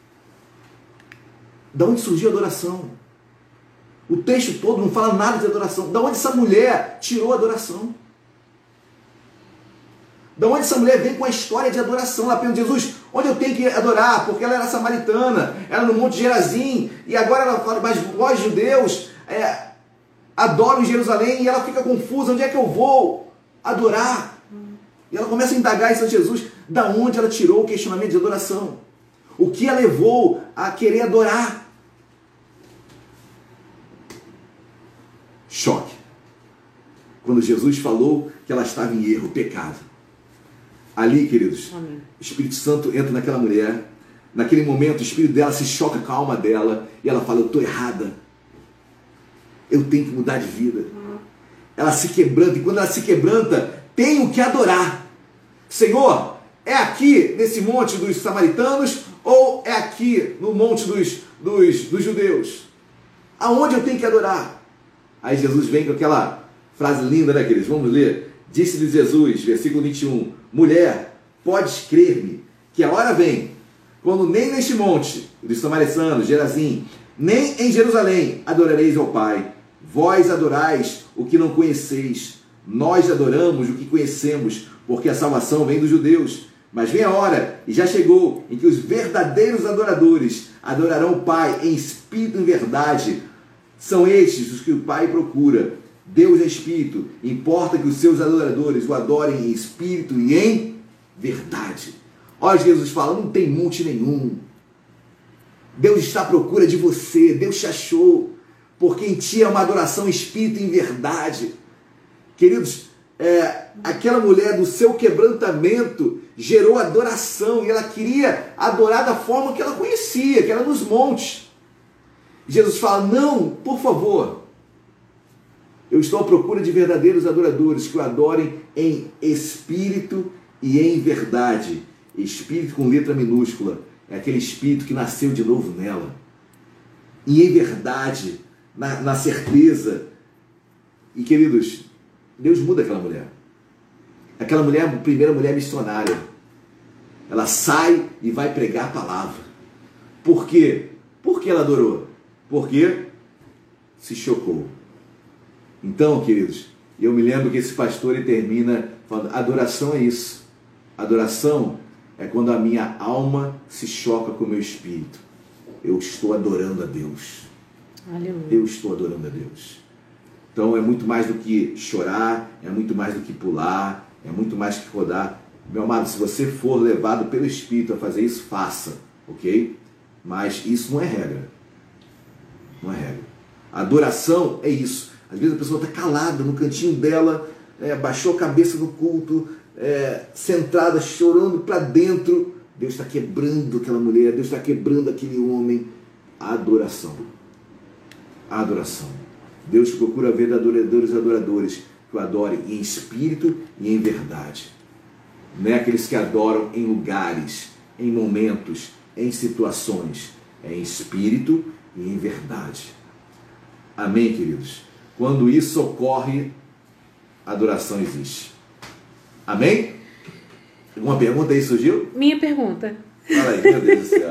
Da onde surgiu a adoração? O texto todo não fala nada de adoração. Da onde essa mulher tirou a adoração? Da onde essa mulher vem com a história de adoração? Ela pergunta, Jesus, onde eu tenho que adorar? Porque ela era samaritana, era no Monte Gerazim, e agora ela fala, mas vós, judeus, é, adoram em Jerusalém, e ela fica confusa, onde é que eu vou adorar? E ela começa a indagar em São Jesus, da onde ela tirou o questionamento de adoração? O que a levou a querer adorar? Choque. Quando Jesus falou que ela estava em erro, pecado. Ali, queridos, Amém. O Espírito Santo entra naquela mulher. Naquele momento, o espírito dela se choca com a alma dela. E ela fala, eu estou errada. Eu tenho que mudar de vida. Uhum. Ela se quebranta. E quando ela se quebranta, tenho que adorar. Senhor, é aqui nesse monte dos samaritanos ou é aqui no monte dos, dos, dos judeus? Aonde eu tenho que adorar? Aí Jesus vem com aquela frase linda, né, queridos? Vamos ler. Disse-lhe Jesus, versículo vinte e um, mulher, podes crer-me que a hora vem, quando nem neste monte dos samaritanos, Gerazim, nem em Jerusalém adorareis ao Pai. Vós adorais o que não conheceis. Nós adoramos o que conhecemos, porque a salvação vem dos judeus. Mas vem a hora, e já chegou, em que os verdadeiros adoradores adorarão o Pai em espírito e em verdade. São estes os que o Pai procura. Deus é espírito, importa que os seus adoradores o adorem em espírito e em verdade. Olha, Jesus fala, não tem monte nenhum. Deus está à procura de você, Deus te achou, porque em ti é uma adoração em espírito e em verdade. Queridos, é, aquela mulher do seu quebrantamento gerou adoração e ela queria adorar da forma que ela conhecia, que era nos montes. Jesus fala, não, por favor, eu estou à procura de verdadeiros adoradores que o adorem em espírito e em verdade. Espírito com letra minúscula, é aquele espírito que nasceu de novo nela. E em verdade, na, na certeza. E queridos, Deus muda aquela mulher. Aquela mulher é a primeira mulher missionária. Ela sai e vai pregar a palavra. Por quê? Por que ela adorou? Porque se chocou. Então, queridos, eu me lembro que esse pastor ele termina falando, adoração é isso. Adoração é quando a minha alma se choca com o meu espírito. Eu estou adorando a Deus. Aleluia. Eu estou adorando a Deus. Então é muito mais do que chorar, é muito mais do que pular, é muito mais do que rodar. Meu amado, se você for levado pelo Espírito a fazer isso, faça, ok? Mas isso não é regra. Não é regra. A adoração é isso. Às vezes a pessoa está calada no cantinho dela, é, baixou a cabeça no culto, é, centrada, chorando para dentro. Deus está quebrando aquela mulher, Deus está quebrando aquele homem. A adoração. A adoração. Deus procura verdadeiros adoradores que o adorem em espírito e em verdade. Não é aqueles que adoram em lugares, em momentos, em situações. É em espírito e em verdade. Amém, queridos? Quando isso ocorre, a adoração existe. Amém? Alguma pergunta aí surgiu? Minha pergunta. Fala aí, meu Deus do céu.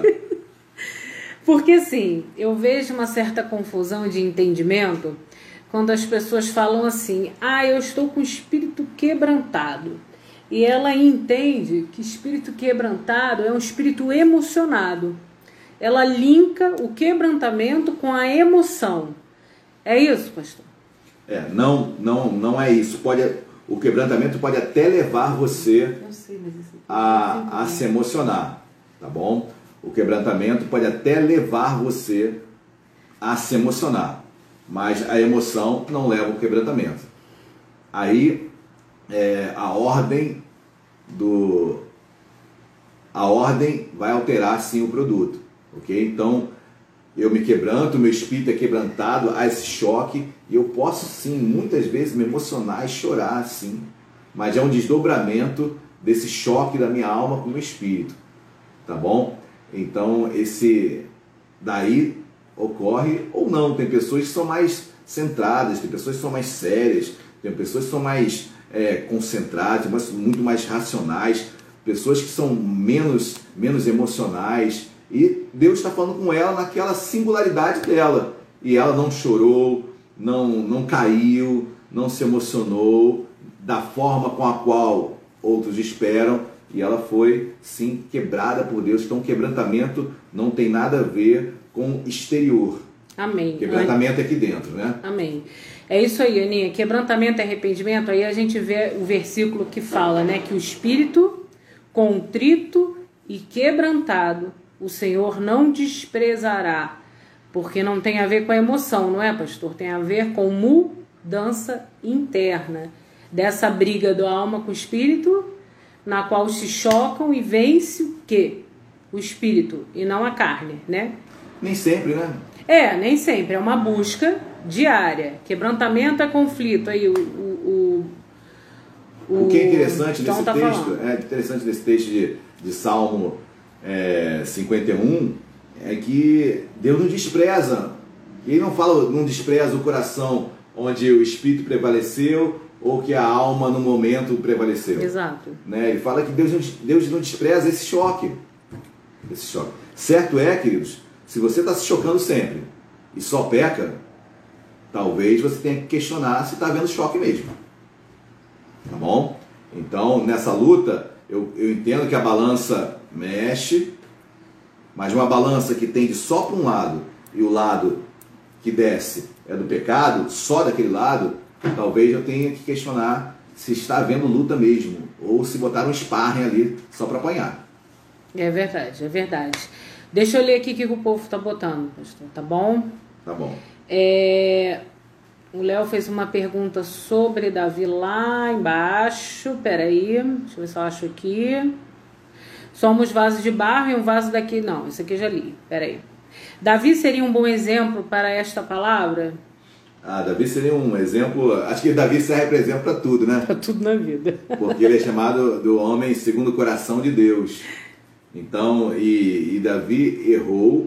Porque assim, eu vejo uma certa confusão de entendimento quando as pessoas falam assim, ah, eu estou com o espírito quebrantado. E ela entende que espírito quebrantado é um espírito emocionado. Ela linka o quebrantamento com a emoção. É isso, pastor? É, não, não, não é isso. Pode, o quebrantamento pode até levar você a, a se emocionar, tá bom? O quebrantamento pode até levar você a se emocionar, mas a emoção não leva ao quebrantamento. Aí é, a ordem do a ordem vai alterar sim o produto, ok? Então eu me quebranto, meu espírito é quebrantado, há esse choque e eu posso sim muitas vezes me emocionar e chorar sim, mas é um desdobramento desse choque da minha alma com o meu espírito, tá bom? Então esse daí ocorre ou não. Tem pessoas que são mais centradas, tem pessoas que são mais sérias, tem pessoas que são mais é, concentradas, mas muito mais racionais, pessoas que são menos, menos emocionais, e Deus está falando com ela naquela singularidade dela, e ela não chorou, não, não caiu, não se emocionou da forma com a qual outros esperam, e ela foi, sim, quebrada por Deus. Então, quebrantamento não tem nada a ver com exterior. Amém. Quebrantamento é aqui dentro, né? Amém. É isso aí, Aninha. Quebrantamento e arrependimento, aí a gente vê o versículo que fala, né, que o espírito contrito e quebrantado o Senhor não desprezará, porque não tem a ver com a emoção, não é, pastor? Tem a ver com mudança interna, dessa briga da alma com o espírito, na qual se chocam e vence o quê? O espírito e não a carne, né? Nem sempre, né? É, nem sempre. É uma busca diária. Quebrantamento é conflito. Aí o... O, o, o que é interessante então nesse tá texto, falando. é interessante nesse texto de, de Salmo é, cinquenta e um, é que Deus não despreza. Ele não fala, não despreza o coração onde o espírito prevaleceu ou que a alma no momento prevaleceu. Exato. Né? Ele fala que Deus não, Deus não despreza esse choque. Esse choque. Certo é, queridos, se você está se chocando sempre e só peca, talvez você tenha que questionar se está havendo choque mesmo. Tá bom? Então, nessa luta, eu, eu entendo que a balança mexe, mas uma balança que tende só para um lado e o lado que desce é do pecado, só daquele lado, talvez eu tenha que questionar se está havendo luta mesmo, ou se botaram um sparring ali só para apanhar. É verdade, é verdade. Deixa eu ler aqui o que o povo está botando, pastor, tá bom? Tá bom. É, o Léo fez uma pergunta sobre Davi lá embaixo. Peraí, deixa eu ver se eu acho aqui. Somos vasos de barro e um vaso daqui. Não, isso aqui eu já li. Peraí. Davi seria um bom exemplo para esta palavra? Ah, Davi seria um exemplo. Acho que Davi serve para exemplo para tudo, né? Para tudo na vida. Porque ele é chamado do homem segundo o coração de Deus. Então, e, e Davi errou,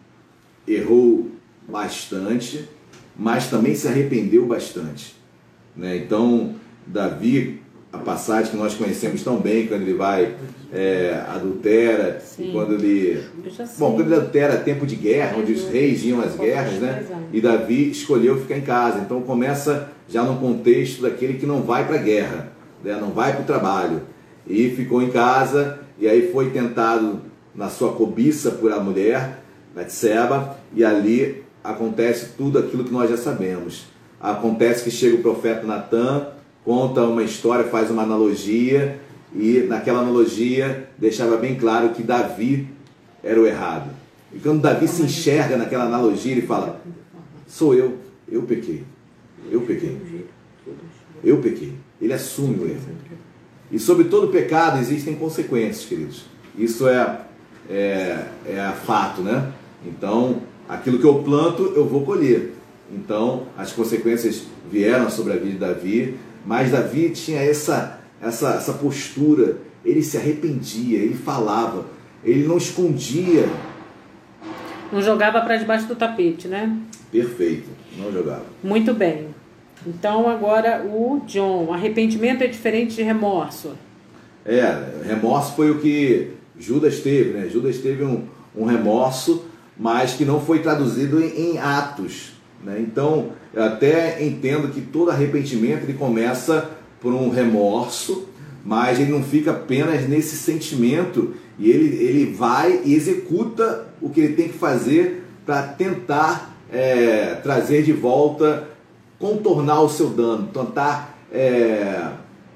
errou bastante, mas também se arrependeu bastante, né? Então, Davi, a passagem que nós conhecemos tão bem, quando ele vai, é, adultera, e quando ele... Bom, quando ele adultera, tempo de guerra, onde os reis iam às guerras, né? E Davi escolheu ficar em casa. Então, começa já no contexto daquele que não vai para a guerra, né? Não vai para o trabalho. E ficou em casa, e aí foi tentado na sua cobiça por a mulher, Batseba, e ali acontece tudo aquilo que nós já sabemos. Acontece que chega o profeta Natan, conta uma história, faz uma analogia, e naquela analogia deixava bem claro que Davi era o errado. E quando Davi se enxerga naquela analogia, ele fala: sou eu, eu pequei, eu pequei, eu pequei. Ele assume o erro. E sobre todo pecado existem consequências, queridos. Isso é, é, é fato, né? Então, aquilo que eu planto, eu vou colher. Então, as consequências vieram sobre a vida de Davi, mas Davi tinha essa, essa, essa postura. Ele se arrependia, ele falava, ele não escondia. Não jogava para debaixo do tapete, né? Perfeito, não jogava. Muito bem. Então agora o John, arrependimento é diferente de remorso. É, remorso foi o que Judas teve, né? Judas teve um, um remorso, mas que não foi traduzido em, em atos, né? Então, eu até entendo que todo arrependimento ele começa por um remorso, mas ele não fica apenas nesse sentimento, e ele, ele vai e executa o que ele tem que fazer para tentar é, trazer de volta, contornar o seu dano, tentar, é,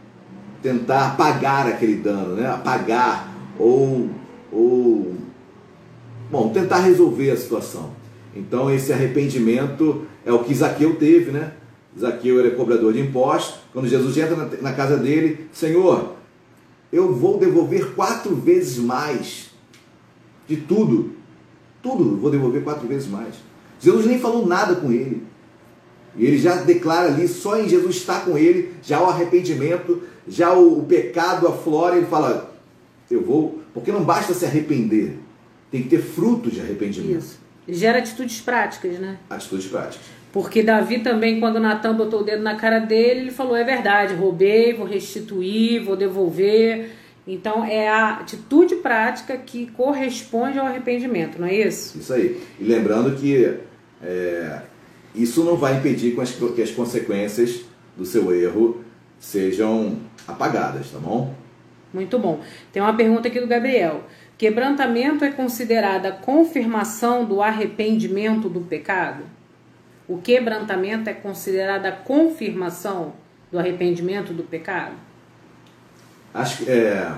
tentar pagar aquele dano, né? Apagar ou, ou bom, tentar resolver a situação. Então esse arrependimento é o que Zaqueu teve, né? Zaqueu era cobrador de impostos. Quando Jesus entra na, na casa dele, Senhor, eu vou devolver quatro vezes mais de tudo. Tudo, vou devolver quatro vezes mais. Jesus nem falou nada com ele. E ele já declara ali, só em Jesus estar com ele, já o arrependimento, já o, o pecado aflora, ele fala, eu vou, porque não basta se arrepender, tem que ter frutos de arrependimento. Isso. Gera atitudes práticas, né? Atitudes práticas. Porque Davi também, quando Natan botou o dedo na cara dele, ele falou, é verdade, roubei, vou restituir, vou devolver. Então é a atitude prática que corresponde ao arrependimento, não é isso? Isso aí. E lembrando que é, isso não vai impedir que as consequências do seu erro sejam apagadas, tá bom? Muito bom. Tem uma pergunta aqui do Gabriel. Quebrantamento é considerada confirmação do arrependimento do pecado? O quebrantamento é considerada confirmação do arrependimento do pecado? Acho que é,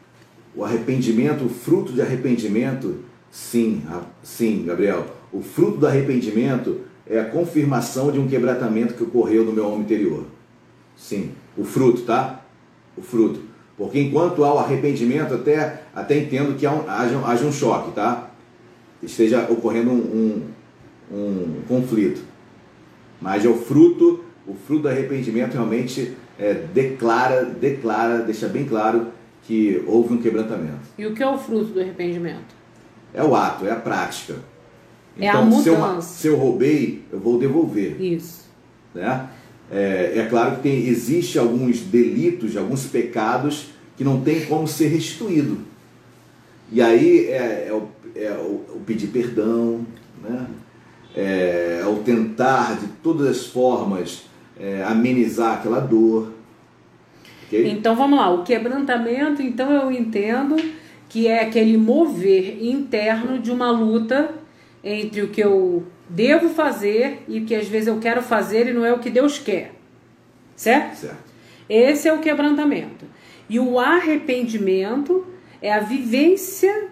o arrependimento, o fruto de arrependimento, sim, sim, Gabriel. O fruto do arrependimento é a confirmação de um quebrantamento que ocorreu no meu homem interior. Sim, o fruto, tá? O fruto. Porque enquanto há o arrependimento, até, até entendo que há um, haja, haja um choque, tá? Esteja ocorrendo um, um, um conflito. Mas é o fruto, o fruto do arrependimento realmente é, declara, declara, deixa bem claro que houve um quebrantamento. E o que é o fruto do arrependimento? É o ato, é a prática. É então, a mudança. Se eu, se eu roubei, eu vou devolver. Isso. Né? É, é claro que tem, existe alguns delitos, alguns pecados que não tem como ser restituído. E aí é, é, o, é o, o pedir perdão, né? É, é o tentar de todas as formas é, amenizar aquela dor. Okay? Então vamos lá, o quebrantamento, então eu entendo que é aquele mover interno de uma luta entre o que eu devo fazer e o que às vezes eu quero fazer e não é o que Deus quer. Certo? Certo. Esse é o quebrantamento. E o arrependimento é a vivência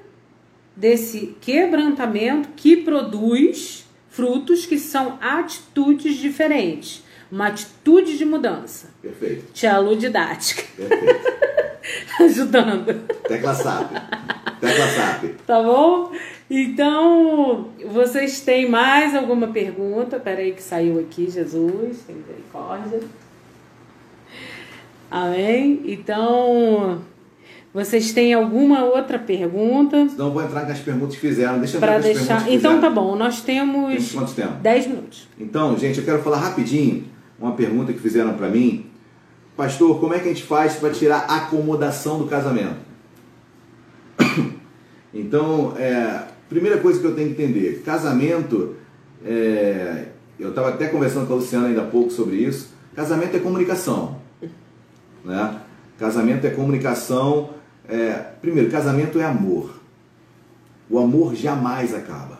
desse quebrantamento que produz frutos que são atitudes diferentes. Uma atitude de mudança. Perfeito. Tchau, didática. Perfeito. Ajudando. Tecla S A P. Tecla S A P. Tá bom? Então, vocês têm mais alguma pergunta? Peraí que saiu aqui, Jesus. Tem misericórdia. Amém? Então, vocês têm alguma outra pergunta? Senão eu vou entrar nas perguntas que fizeram. Deixa eu ver Para as deixar. perguntas que Então fizeram. tá bom, nós temos Temos quanto tempo? dez minutos. Então, gente, eu quero falar rapidinho uma pergunta que fizeram para mim. Pastor, como é que a gente faz para tirar a acomodação do casamento? Então, é, primeira coisa que eu tenho que entender, casamento, é, eu estava até conversando com a Luciana ainda há pouco sobre isso, casamento é comunicação. Né? Casamento é comunicação. É, primeiro, casamento é amor. O amor jamais acaba.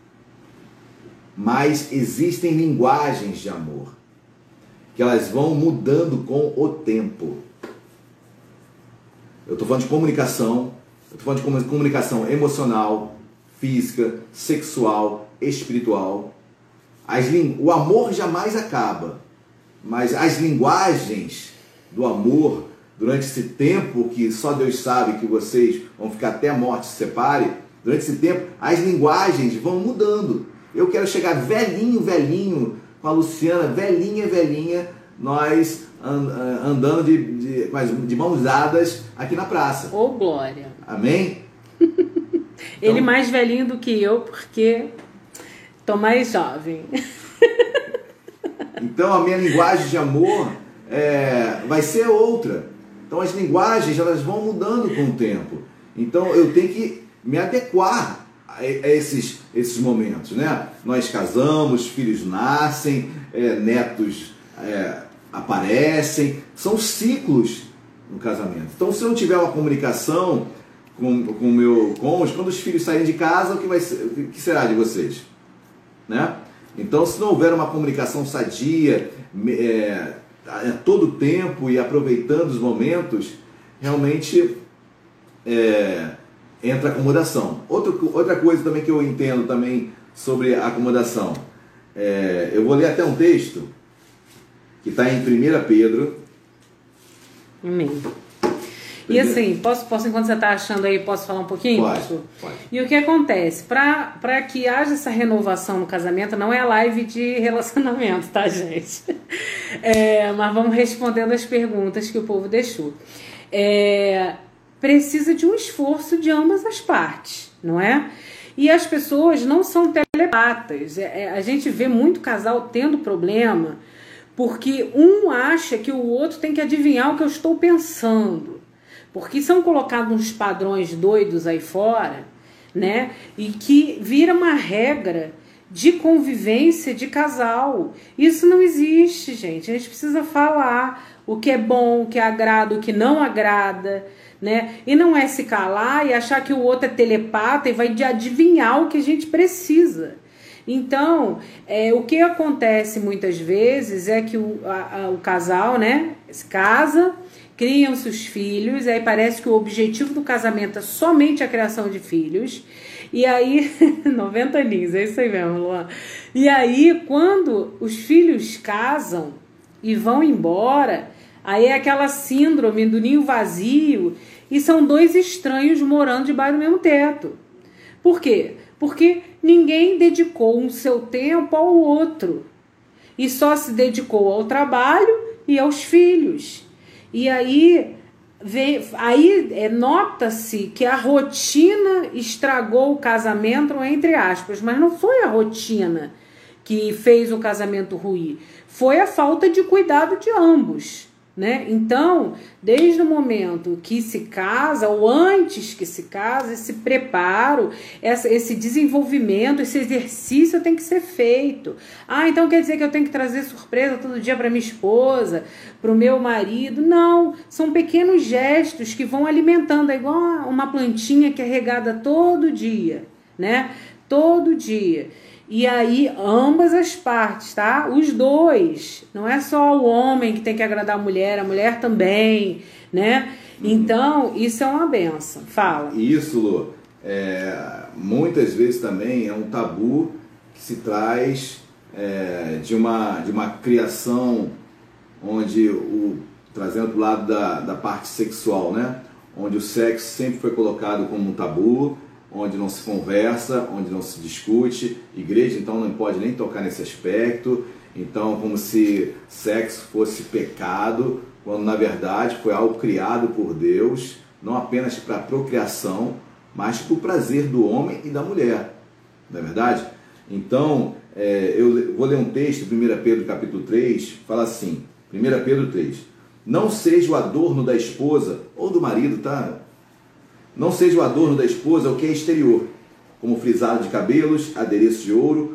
Mas existem linguagens de amor que elas vão mudando com o tempo. Eu estou falando de comunicação, eu estou falando de comunicação emocional, física, sexual, espiritual. As, o amor jamais acaba, mas as linguagens do amor, durante esse tempo que só Deus sabe que vocês vão ficar até a morte se separe, durante esse tempo, as linguagens vão mudando. Eu quero chegar velhinho, velhinho, com a Luciana, velhinha, velhinha, nós andando de, de, de mãos dadas aqui na praça. Ô, glória. Amém? Ele Então, mais velhinho do que eu, porque tô mais jovem. Então a minha linguagem de amor é, vai ser outra. Então as linguagens elas vão mudando com o tempo. Então eu tenho que me adequar a esses, esses momentos, né? Nós casamos, filhos nascem, é, netos é, aparecem, são ciclos no casamento. Então se eu não tiver uma comunicação com o meu cônjuge, quando os filhos saírem de casa, o que, vai ser, o que será de vocês? Né? Então se não houver uma comunicação sadia, é, a todo tempo e aproveitando os momentos, realmente é, entra acomodação. Outro, outra coisa também que eu entendo também sobre a acomodação, é, eu vou ler até um texto que está em primeira Pedro. Amém. E assim, posso, posso enquanto você está achando aí, posso falar um pouquinho? Pode, pode. E o que acontece? Para que haja essa renovação no casamento, não é live de relacionamento, tá, gente? É, mas vamos respondendo as perguntas que o povo deixou. É, precisa de um esforço de ambas as partes, não é? E as pessoas não são telepatas. É, a gente vê muito casal tendo problema porque um acha que o outro tem que adivinhar o que eu estou pensando. Porque são colocados uns padrões doidos aí fora, né? E que vira uma regra de convivência de casal. Isso não existe, gente. A gente precisa falar o que é bom, o que agrada, o que não agrada, né? E não é se calar e achar que o outro é telepata e vai adivinhar o que a gente precisa. Então, é, o que acontece muitas vezes é que o, a, a, o casal, né, se casa, criam seus filhos, aí parece que o objetivo do casamento é somente a criação de filhos, e aí, noventa aninhos, é isso aí mesmo, Luan. E aí, quando os filhos casam e vão embora, aí é aquela síndrome do ninho vazio, e são dois estranhos morando debaixo do mesmo teto. Por quê? Porque ninguém dedicou um seu tempo ao outro, e só se dedicou ao trabalho e aos filhos. E aí, vem, aí é, nota-se que a rotina estragou o casamento, entre aspas, mas não foi a rotina que fez o casamento ruir, foi a falta de cuidado de ambos, né? Então, desde o momento que se casa, ou antes que se casa, esse preparo, essa, esse desenvolvimento, esse exercício tem que ser feito. Ah, então quer dizer que eu tenho que trazer surpresa todo dia para minha esposa, para o meu marido? Não, são pequenos gestos que vão alimentando, é igual uma plantinha que é regada todo dia, né? Todo dia. E aí, ambas as partes, tá? Os dois. Não é só o homem que tem que agradar a mulher, a mulher também, né? Então, isso é uma benção. Fala. Isso, Lu, é, muitas vezes também é um tabu que se traz é, de, uma, de uma criação onde, o, trazendo para o lado da, da parte sexual, né? Onde o sexo sempre foi colocado como um tabu, onde não se conversa, onde não se discute. Igreja, então, não pode nem tocar nesse aspecto. Então, como se sexo fosse pecado, quando, na verdade, foi algo criado por Deus, não apenas para a procriação, mas para o prazer do homem e da mulher. Não é verdade? Então, é, eu vou ler um texto, primeira Pedro, capítulo três, fala assim, primeira Pedro três, não seja o adorno da esposa, ou do marido, tá? Não seja o adorno da esposa o que é exterior, como frisado de cabelos, adereço de ouro,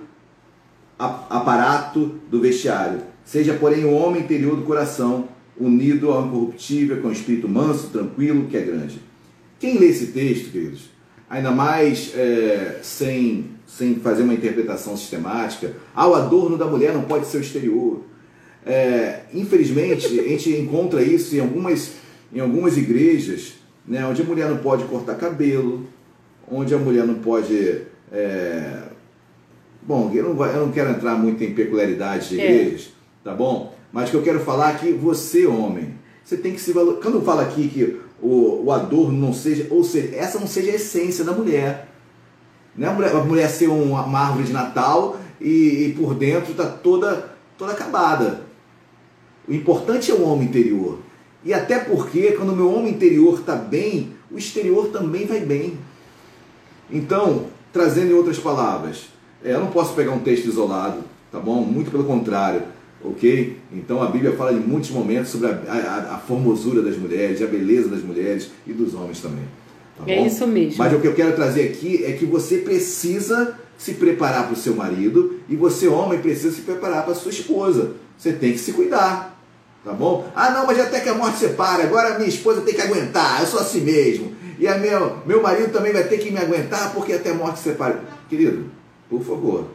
aparato do vestiário. Seja, porém, o homem interior do coração, unido ao incorruptível, com o espírito manso, tranquilo, que é grande. Quem lê esse texto, queridos, ainda mais é, sem, sem fazer uma interpretação sistemática, ah, o adorno da mulher não pode ser o exterior. É, infelizmente, a gente encontra isso em algumas, em algumas igrejas, né, onde a mulher não pode cortar cabelo, onde a mulher não pode... É... Bom, eu não, eu não quero entrar muito em peculiaridades de igrejas, é. Tá bom? Mas o que eu quero falar é que você, homem, você tem que se valorizar. Quando eu falo aqui que o, o adorno não seja... Ou seja, essa não seja a essência da mulher. Não é a mulher, a mulher ser uma, uma árvore de Natal e, e por dentro está toda, toda acabada. O importante é o homem interior. E até porque, quando o meu homem interior está bem, o exterior também vai bem. Então, trazendo em outras palavras, eu não posso pegar um texto isolado, tá bom? Muito pelo contrário. ok? Então a Bíblia fala em muitos momentos sobre a, a, a formosura das mulheres, a beleza das mulheres e dos homens também. Tá bom? É isso mesmo. Mas o que eu quero trazer aqui é que você precisa se preparar para o seu marido e você, homem, precisa se preparar para a sua esposa. Você tem que se cuidar, tá bom? Ah, não, mas até que a morte separe, agora a minha esposa tem que aguentar, eu sou assim mesmo. E a meu, meu marido também vai ter que me aguentar porque até a morte separe. Querido, por favor,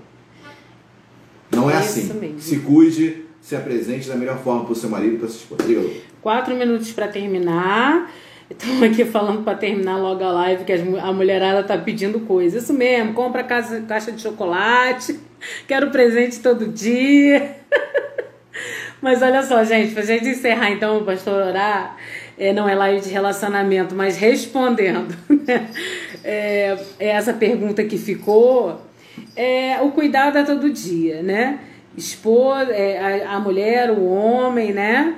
não é, é assim. Se cuide, se apresente da melhor forma para o seu marido e para a sua esposa. Diga, Lu. Quatro minutos para terminar. Estamos aqui falando para terminar logo a live que a mulherada tá pedindo coisa. Isso mesmo, compra caixa, caixa de chocolate, quero presente todo dia. Mas olha só, gente, pra gente encerrar então o pastor orar, é, não é live de relacionamento, mas respondendo né? é, é essa pergunta que ficou, é, o cuidado é todo dia, né? Expor é, a, a mulher, o homem, né?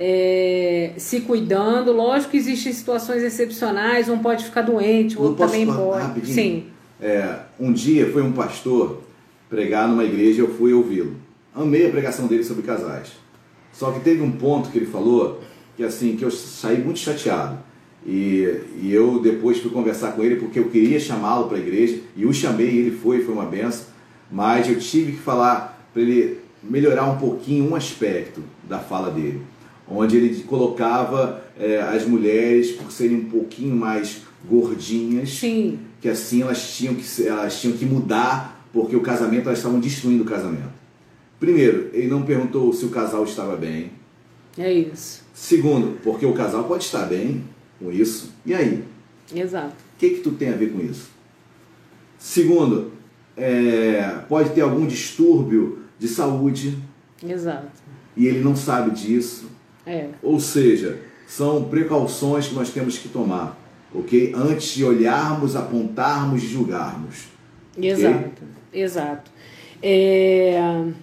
É, se cuidando. Lógico que existem situações excepcionais, um pode ficar doente, o Não outro também falar, pode. Rapidinho. Sim. É, um dia foi um pastor pregar numa igreja e eu fui ouvi-lo. Amei a pregação dele sobre casais. Só que teve um ponto que ele falou que assim que eu saí muito chateado. E, e eu depois fui conversar com ele porque eu queria chamá-lo para a igreja e o chamei e ele foi, foi uma benção. Mas eu tive que falar para ele melhorar um pouquinho um aspecto da fala dele, onde ele colocava é, as mulheres por serem um pouquinho mais gordinhas, Sim. que assim elas tinham que, elas tinham que mudar porque o casamento, elas estavam destruindo o casamento. Primeiro, ele não perguntou se o casal estava bem. É isso. Segundo, porque o casal pode estar bem com isso. E aí? Exato. O que que tu tem a ver com isso? Segundo, é, pode ter algum distúrbio de saúde. Exato. E ele não sabe disso. É. Ou seja, são precauções que nós temos que tomar, ok? Antes de olharmos, apontarmos e julgarmos. Exato, okay? exato. É...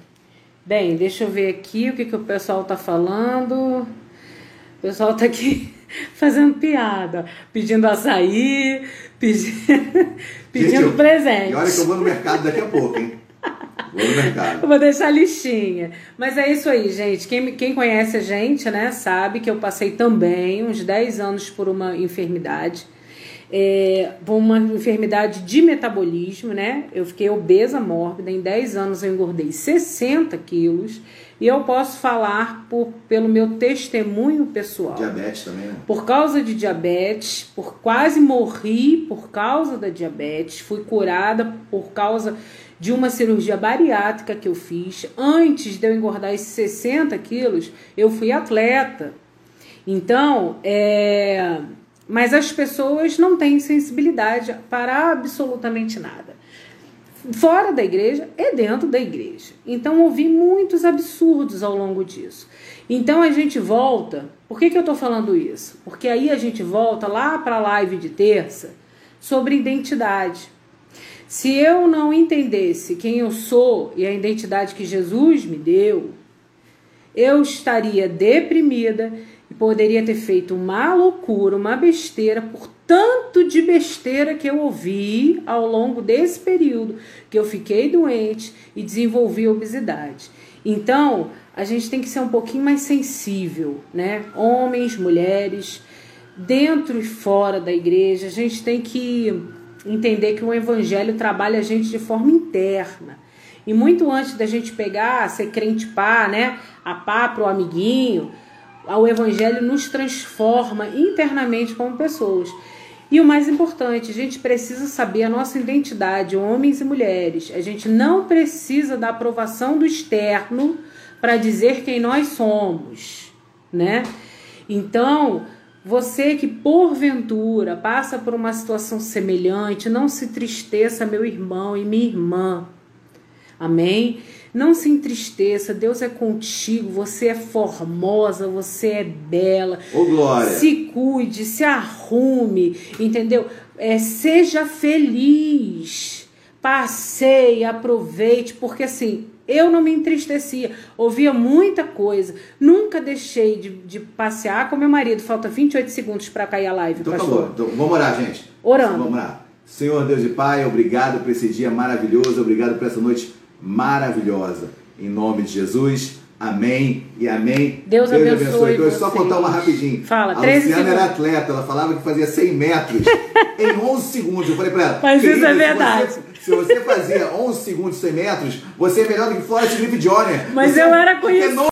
Bem, deixa eu ver aqui o que, que o pessoal tá falando. O pessoal tá aqui fazendo piada, pedindo açaí, pedi... pedindo Gente, eu... presente. E olha que eu vou no mercado daqui a pouco, hein? Vou no mercado. Eu vou deixar a listinha. Mas é isso aí, gente. Quem, quem conhece a gente, né, sabe que eu passei também uns dez anos por uma enfermidade. É, por uma enfermidade de metabolismo, né? Eu fiquei obesa mórbida. Em dez anos eu engordei sessenta quilos. E eu posso falar por, pelo meu testemunho pessoal. Diabetes também, né? Por causa de diabetes, por quase morri por causa da diabetes. Fui curada por causa de uma cirurgia bariátrica que eu fiz. Antes de eu engordar esses sessenta quilos, eu fui atleta. Então, é... mas as pessoas não têm sensibilidade para absolutamente nada. Fora da igreja e dentro da igreja. Então, ouvi muitos absurdos ao longo disso. Então, a gente volta... Por que que eu estou falando isso? Porque aí a gente volta lá para a live de terça sobre identidade. Se eu não entendesse quem eu sou e a identidade que Jesus me deu, eu estaria deprimida e poderia ter feito uma loucura, uma besteira, por tanto de besteira que eu ouvi ao longo desse período, que eu fiquei doente e desenvolvi obesidade. Então, a gente tem que ser um pouquinho mais sensível, né? Homens, mulheres, dentro e fora da igreja, a gente tem que entender que o evangelho trabalha a gente de forma interna. E muito antes da gente pegar, ser crente pá, né? A pá pro amiguinho, o evangelho nos transforma internamente como pessoas. E o mais importante, a gente precisa saber a nossa identidade, homens e mulheres. A gente não precisa da aprovação do externo para dizer quem nós somos, né? Então, você que porventura passa por uma situação semelhante, não se entristeça, meu irmão e minha irmã. Amém? Não se entristeça, Deus é contigo, você é formosa, você é bela. Ô, glória! Se cuide, se arrume, entendeu? É, seja feliz, passeie, aproveite, porque assim, eu não me entristecia, ouvia muita coisa, nunca deixei de, de passear com meu marido. Falta vinte e oito segundos para cair a live, então, pastor. Tá bom. Então, vamos orar, gente. Orando. Vamos orar. Senhor Deus e Pai, obrigado por esse dia maravilhoso, obrigado por essa noite maravilhosa. Em nome de Jesus, Amém e amém. Deus, Deus abençoe. abençoe. Então, só contar uma rapidinho. Fala, a Luciana era atleta, ela falava que fazia cem metros em onze segundos. Eu falei pra ela, mas isso é verdade. Se você, se você fazia onze segundos, cem metros, você é melhor do que Florence Griffith Joyner. Mas você, eu era conhecida.